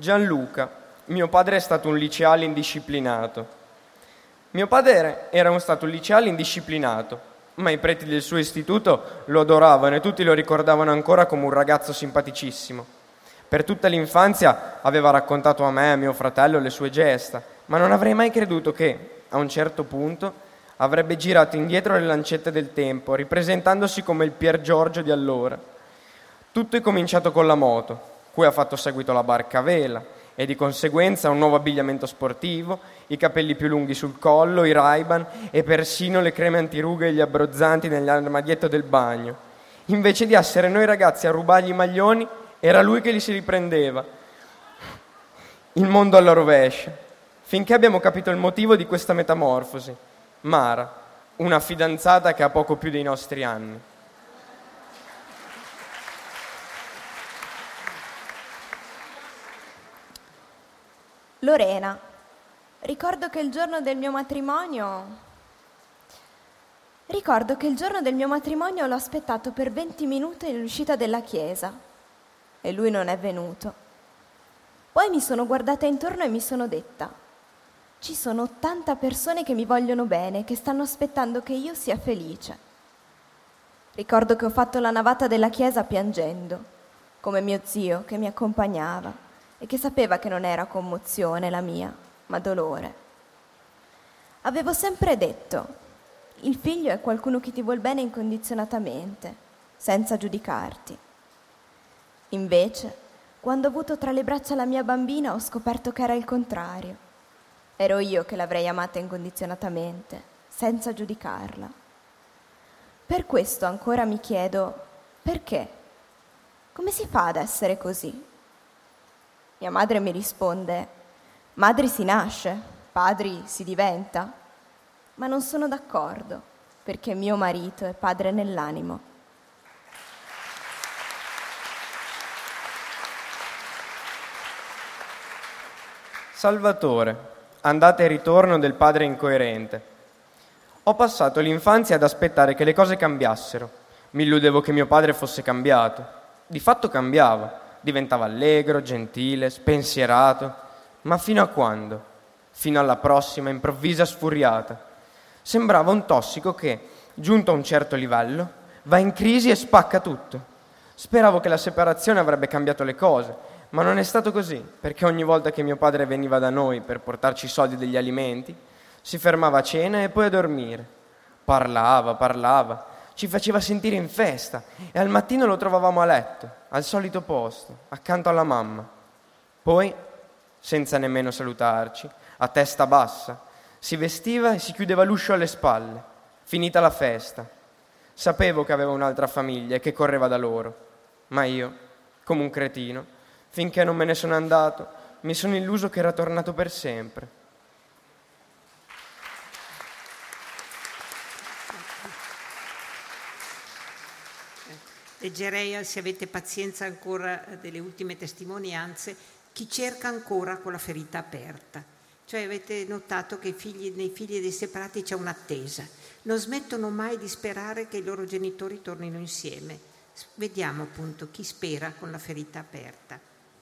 Gianluca, mio padre è stato un liceale indisciplinato. Mio padre era stato un liceale indisciplinato, ma i preti del suo istituto lo adoravano e tutti lo ricordavano ancora come un ragazzo simpaticissimo. Per tutta l'infanzia aveva raccontato a me e a mio fratello le sue gesta, ma non avrei mai creduto che, a un certo punto, avrebbe girato indietro le lancette del tempo, ripresentandosi come il Pier Giorgio di allora. Tutto è cominciato con la moto, cui ha fatto seguito la barca a vela, e di conseguenza un nuovo abbigliamento sportivo, i capelli più lunghi sul collo, i Ray-Ban e persino le creme antirughe e gli abbronzanti nell'armadietto del bagno. Invece di essere noi ragazzi a rubargli i maglioni, era lui che li si riprendeva. Il mondo alla rovescia, finché abbiamo capito il motivo di questa metamorfosi. Mara, una fidanzata che ha poco più dei nostri anni. Lorena, ricordo che il giorno del mio matrimonio l'ho aspettato per 20 minuti all'uscita della chiesa e lui non è venuto. Poi mi sono guardata intorno e mi sono detta: ci sono 80 persone che mi vogliono bene, che stanno aspettando che io sia felice. Ricordo che ho fatto la navata della chiesa piangendo, come mio zio che mi accompagnava e che sapeva che non era commozione la mia, ma dolore. Avevo sempre detto: il figlio è qualcuno che ti vuol bene incondizionatamente, senza giudicarti. Invece, quando ho avuto tra le braccia la mia bambina, ho scoperto che era il contrario. Ero io che l'avrei amata incondizionatamente, senza giudicarla. Per questo ancora mi chiedo: perché? Come si fa ad essere così? Mia madre mi risponde: madri si nasce, padri si diventa. Ma non sono d'accordo, perché mio marito è padre nell'animo. Salvatore, andata e ritorno del padre incoerente. Ho passato l'infanzia ad aspettare che le cose cambiassero. Mi illudevo che mio padre fosse cambiato. Di fatto cambiava. Diventava allegro, gentile, spensierato. Ma fino a quando? Fino alla prossima improvvisa sfuriata. Sembrava un tossico che, giunto a un certo livello, va in crisi e spacca tutto. Speravo che la separazione avrebbe cambiato le cose, ma non è stato così, perché ogni volta che mio padre veniva da noi per portarci i soldi degli alimenti, si fermava a cena e poi a dormire. Parlava, ci faceva sentire in festa e al mattino lo trovavamo a letto, al solito posto, accanto alla mamma. Poi, senza nemmeno salutarci, a testa bassa, si vestiva e si chiudeva l'uscio alle spalle. Finita la festa. Sapevo che aveva un'altra famiglia e che correva da loro, ma io, come un cretino, finché non me ne sono andato, mi sono illuso che era tornato per sempre. Leggerei, se avete pazienza ancora, delle ultime testimonianze. Chi cerca ancora con la ferita aperta. Cioè avete notato che nei figli dei separati c'è un'attesa. Non smettono mai di sperare che i loro genitori tornino insieme. Vediamo appunto chi spera con la ferita aperta.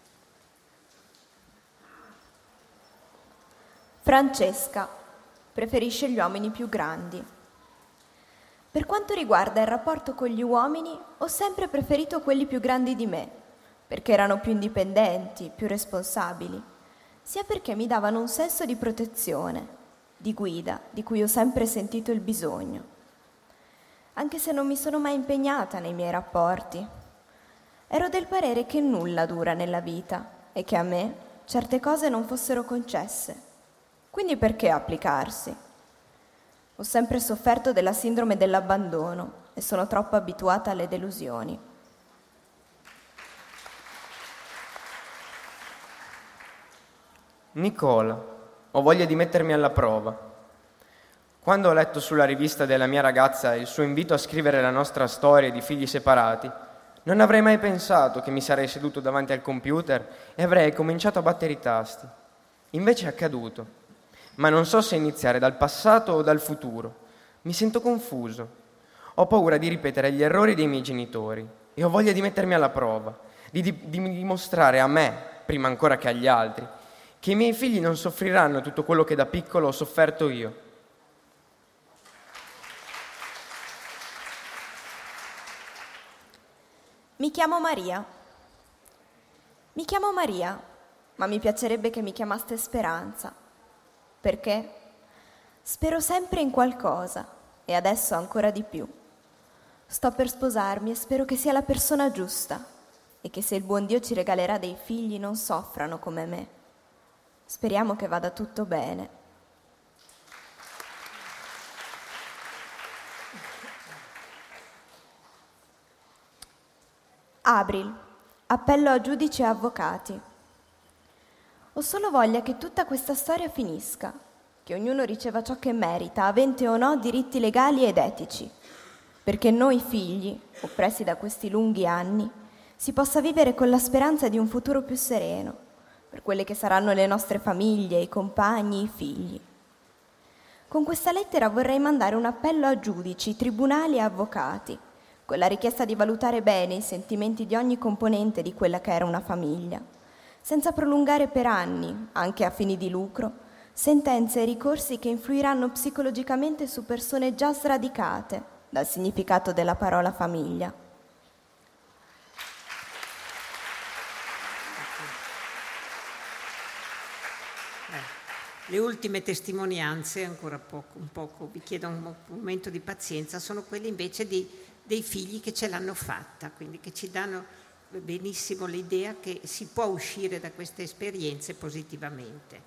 Francesca preferisce gli uomini più grandi. Per quanto riguarda il rapporto con gli uomini, ho sempre preferito quelli più grandi di me, perché erano più indipendenti, più responsabili, sia perché mi davano un senso di protezione, di guida, di cui ho sempre sentito il bisogno. Anche se non mi sono mai impegnata nei miei rapporti, ero del parere che nulla dura nella vita e che a me certe cose non fossero concesse. Quindi perché applicarsi? Ho sempre sofferto della sindrome dell'abbandono e sono troppo abituata alle delusioni. Nicola, ho voglia di mettermi alla prova. Quando ho letto sulla rivista della mia ragazza il suo invito a scrivere la nostra storia di figli separati, non avrei mai pensato che mi sarei seduto davanti al computer e avrei cominciato a battere i tasti. Invece è accaduto. Ma non so se iniziare dal passato o dal futuro. Mi sento confuso. Ho paura di ripetere gli errori dei miei genitori e ho voglia di mettermi alla prova, di dimostrare a me, prima ancora che agli altri, che i miei figli non soffriranno tutto quello che da piccolo ho sofferto io. Mi chiamo Maria. Mi chiamo Maria, ma mi piacerebbe che mi chiamaste Speranza. Perché? Spero sempre in qualcosa e adesso ancora di più. Sto per sposarmi e spero che sia la persona giusta e che se il buon Dio ci regalerà dei figli non soffrano come me. Speriamo che vada tutto bene. April, appello a giudici e avvocati. Ho solo voglia che tutta questa storia finisca, che ognuno riceva ciò che merita, avente o no diritti legali ed etici, perché noi figli, oppressi da questi lunghi anni, si possa vivere con la speranza di un futuro più sereno, per quelle che saranno le nostre famiglie, i compagni, i figli. Con questa lettera vorrei mandare un appello a giudici, tribunali e avvocati, con la richiesta di valutare bene i sentimenti di ogni componente di quella che era una famiglia, senza prolungare per anni, anche a fini di lucro, sentenze e ricorsi che influiranno psicologicamente su persone già sradicate dal significato della parola famiglia. Le ultime testimonianze, ancora un poco, vi chiedo un momento di pazienza, sono quelle invece dei figli che ce l'hanno fatta, quindi che ci danno benissimo l'idea che si può uscire da queste esperienze positivamente.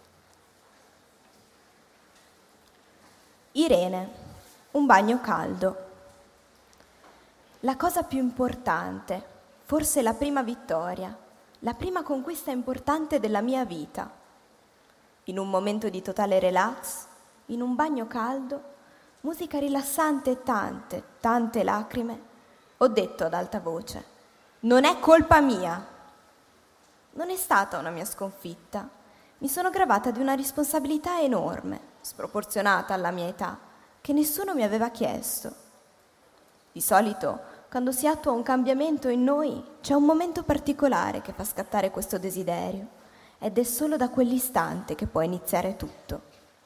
Irene, un bagno caldo. La cosa più importante, forse la prima vittoria, la prima conquista importante della mia vita. In un momento di totale relax, in un bagno caldo, musica rilassante e tante lacrime, ho detto ad alta voce: non è colpa mia. Non è stata una mia sconfitta. Mi sono gravata di una responsabilità enorme, sproporzionata alla mia età, che nessuno mi aveva chiesto. Di solito, quando si attua un cambiamento in noi, c'è un momento particolare che fa scattare questo desiderio, ed è solo da quell'istante che può iniziare tutto.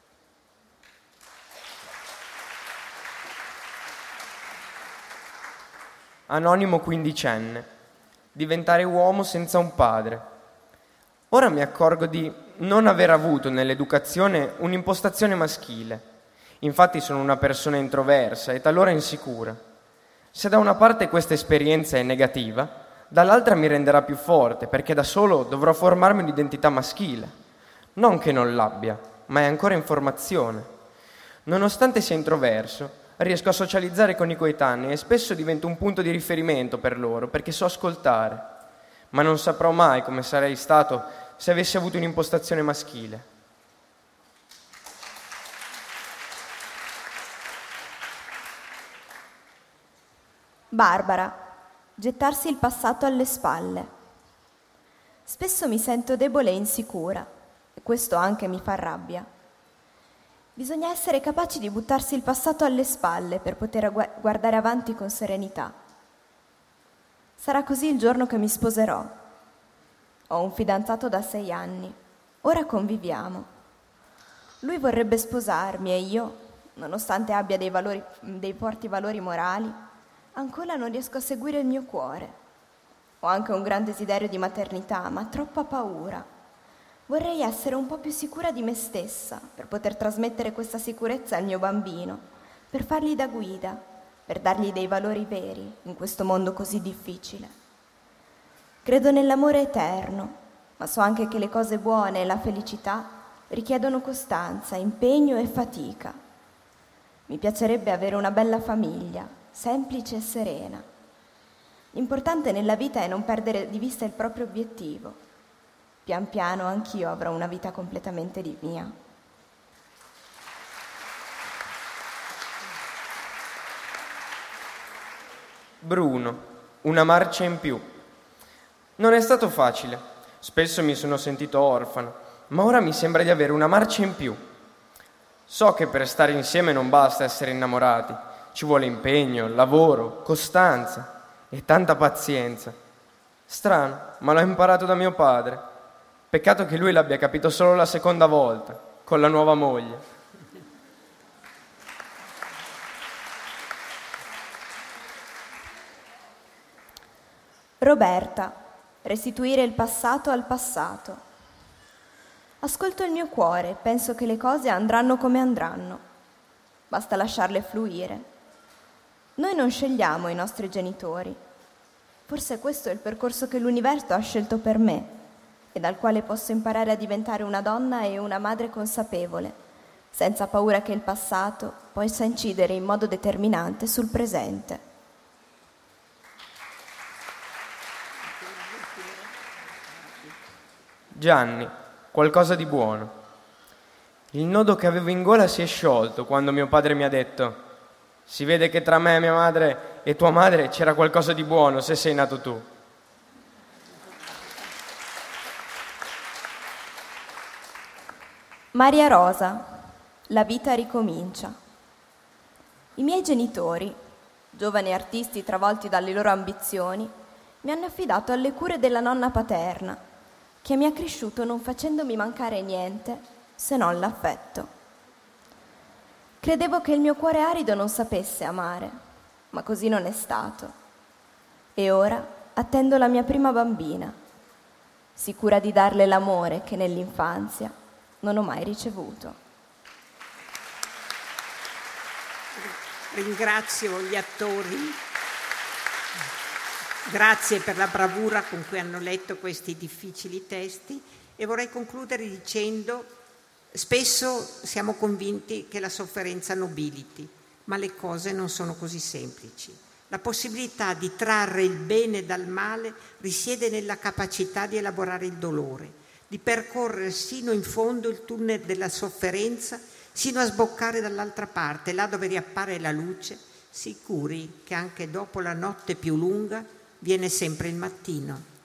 Anonimo quindicenne. Diventare uomo senza un padre. Ora mi accorgo di non aver avuto nell'educazione un'impostazione maschile. Infatti sono una persona introversa e talora insicura. Se da una parte questa esperienza è negativa, dall'altra mi renderà più forte, perché da solo dovrò formarmi un'identità maschile. Non che non l'abbia, ma è ancora in formazione. Nonostante sia introverso, riesco a socializzare con i coetanei e spesso divento un punto di riferimento per loro, perché so ascoltare. Ma non saprò mai come sarei stato se avessi avuto un'impostazione maschile. Barbara, gettarsi il passato alle spalle. Spesso mi sento debole e insicura, e questo anche mi fa rabbia. Bisogna essere capaci di buttarsi il passato alle spalle per poter guardare avanti con serenità. Sarà così il giorno che mi sposerò. Ho un fidanzato da 6 anni. Ora conviviamo. Lui vorrebbe sposarmi e io, nonostante abbia dei forti valori morali, ancora non riesco a seguire il mio cuore. Ho anche un gran desiderio di maternità, ma troppa paura. Vorrei essere un po' più sicura di me stessa, per poter trasmettere questa sicurezza al mio bambino, per fargli da guida, per dargli dei valori veri in questo mondo così difficile. Credo nell'amore eterno, ma so anche che le cose buone e la felicità richiedono costanza, impegno e fatica. Mi piacerebbe avere una bella famiglia, semplice e serena. L'importante nella vita è non perdere di vista il proprio obiettivo. Pian piano anch'io avrò una vita completamente mia. Bruno, una marcia in più. Non è stato facile. Spesso mi sono sentito orfano, ma ora mi sembra di avere una marcia in più. So che per stare insieme non basta essere innamorati. Ci vuole impegno, lavoro, costanza e tanta pazienza. Strano, ma l'ho imparato da mio padre. Peccato che lui l'abbia capito solo la seconda volta, con la nuova moglie. Roberta, restituire il passato al passato. Ascolto il mio cuore, penso che le cose andranno come andranno. Basta lasciarle fluire. Noi non scegliamo i nostri genitori. Forse questo è il percorso che l'universo ha scelto per me e dal quale posso imparare a diventare una donna e una madre consapevole, senza paura che il passato possa incidere in modo determinante sul presente. Gianni, qualcosa di buono. Il nodo che avevo in gola si è sciolto quando mio padre mi ha detto: si vede che tra me e mia madre e tua madre c'era qualcosa di buono se sei nato tu. Maria Rosa, la vita ricomincia. I miei genitori, giovani artisti travolti dalle loro ambizioni, mi hanno affidato alle cure della nonna paterna, che mi ha cresciuto non facendomi mancare niente se non l'affetto. Credevo che il mio cuore arido non sapesse amare, ma così non è stato. E ora attendo la mia prima bambina, sicura di darle l'amore che nell'infanzia non ho mai ricevuto. Ringrazio gli attori. Grazie per la bravura con cui hanno letto questi difficili testi e vorrei concludere dicendo: spesso siamo convinti che la sofferenza nobiliti, ma le cose non sono così semplici. La possibilità di trarre il bene dal male risiede nella capacità di elaborare il dolore, di percorrere sino in fondo il tunnel della sofferenza, sino a sboccare dall'altra parte, là dove riappare la luce, sicuri che anche dopo la notte più lunga viene sempre il mattino.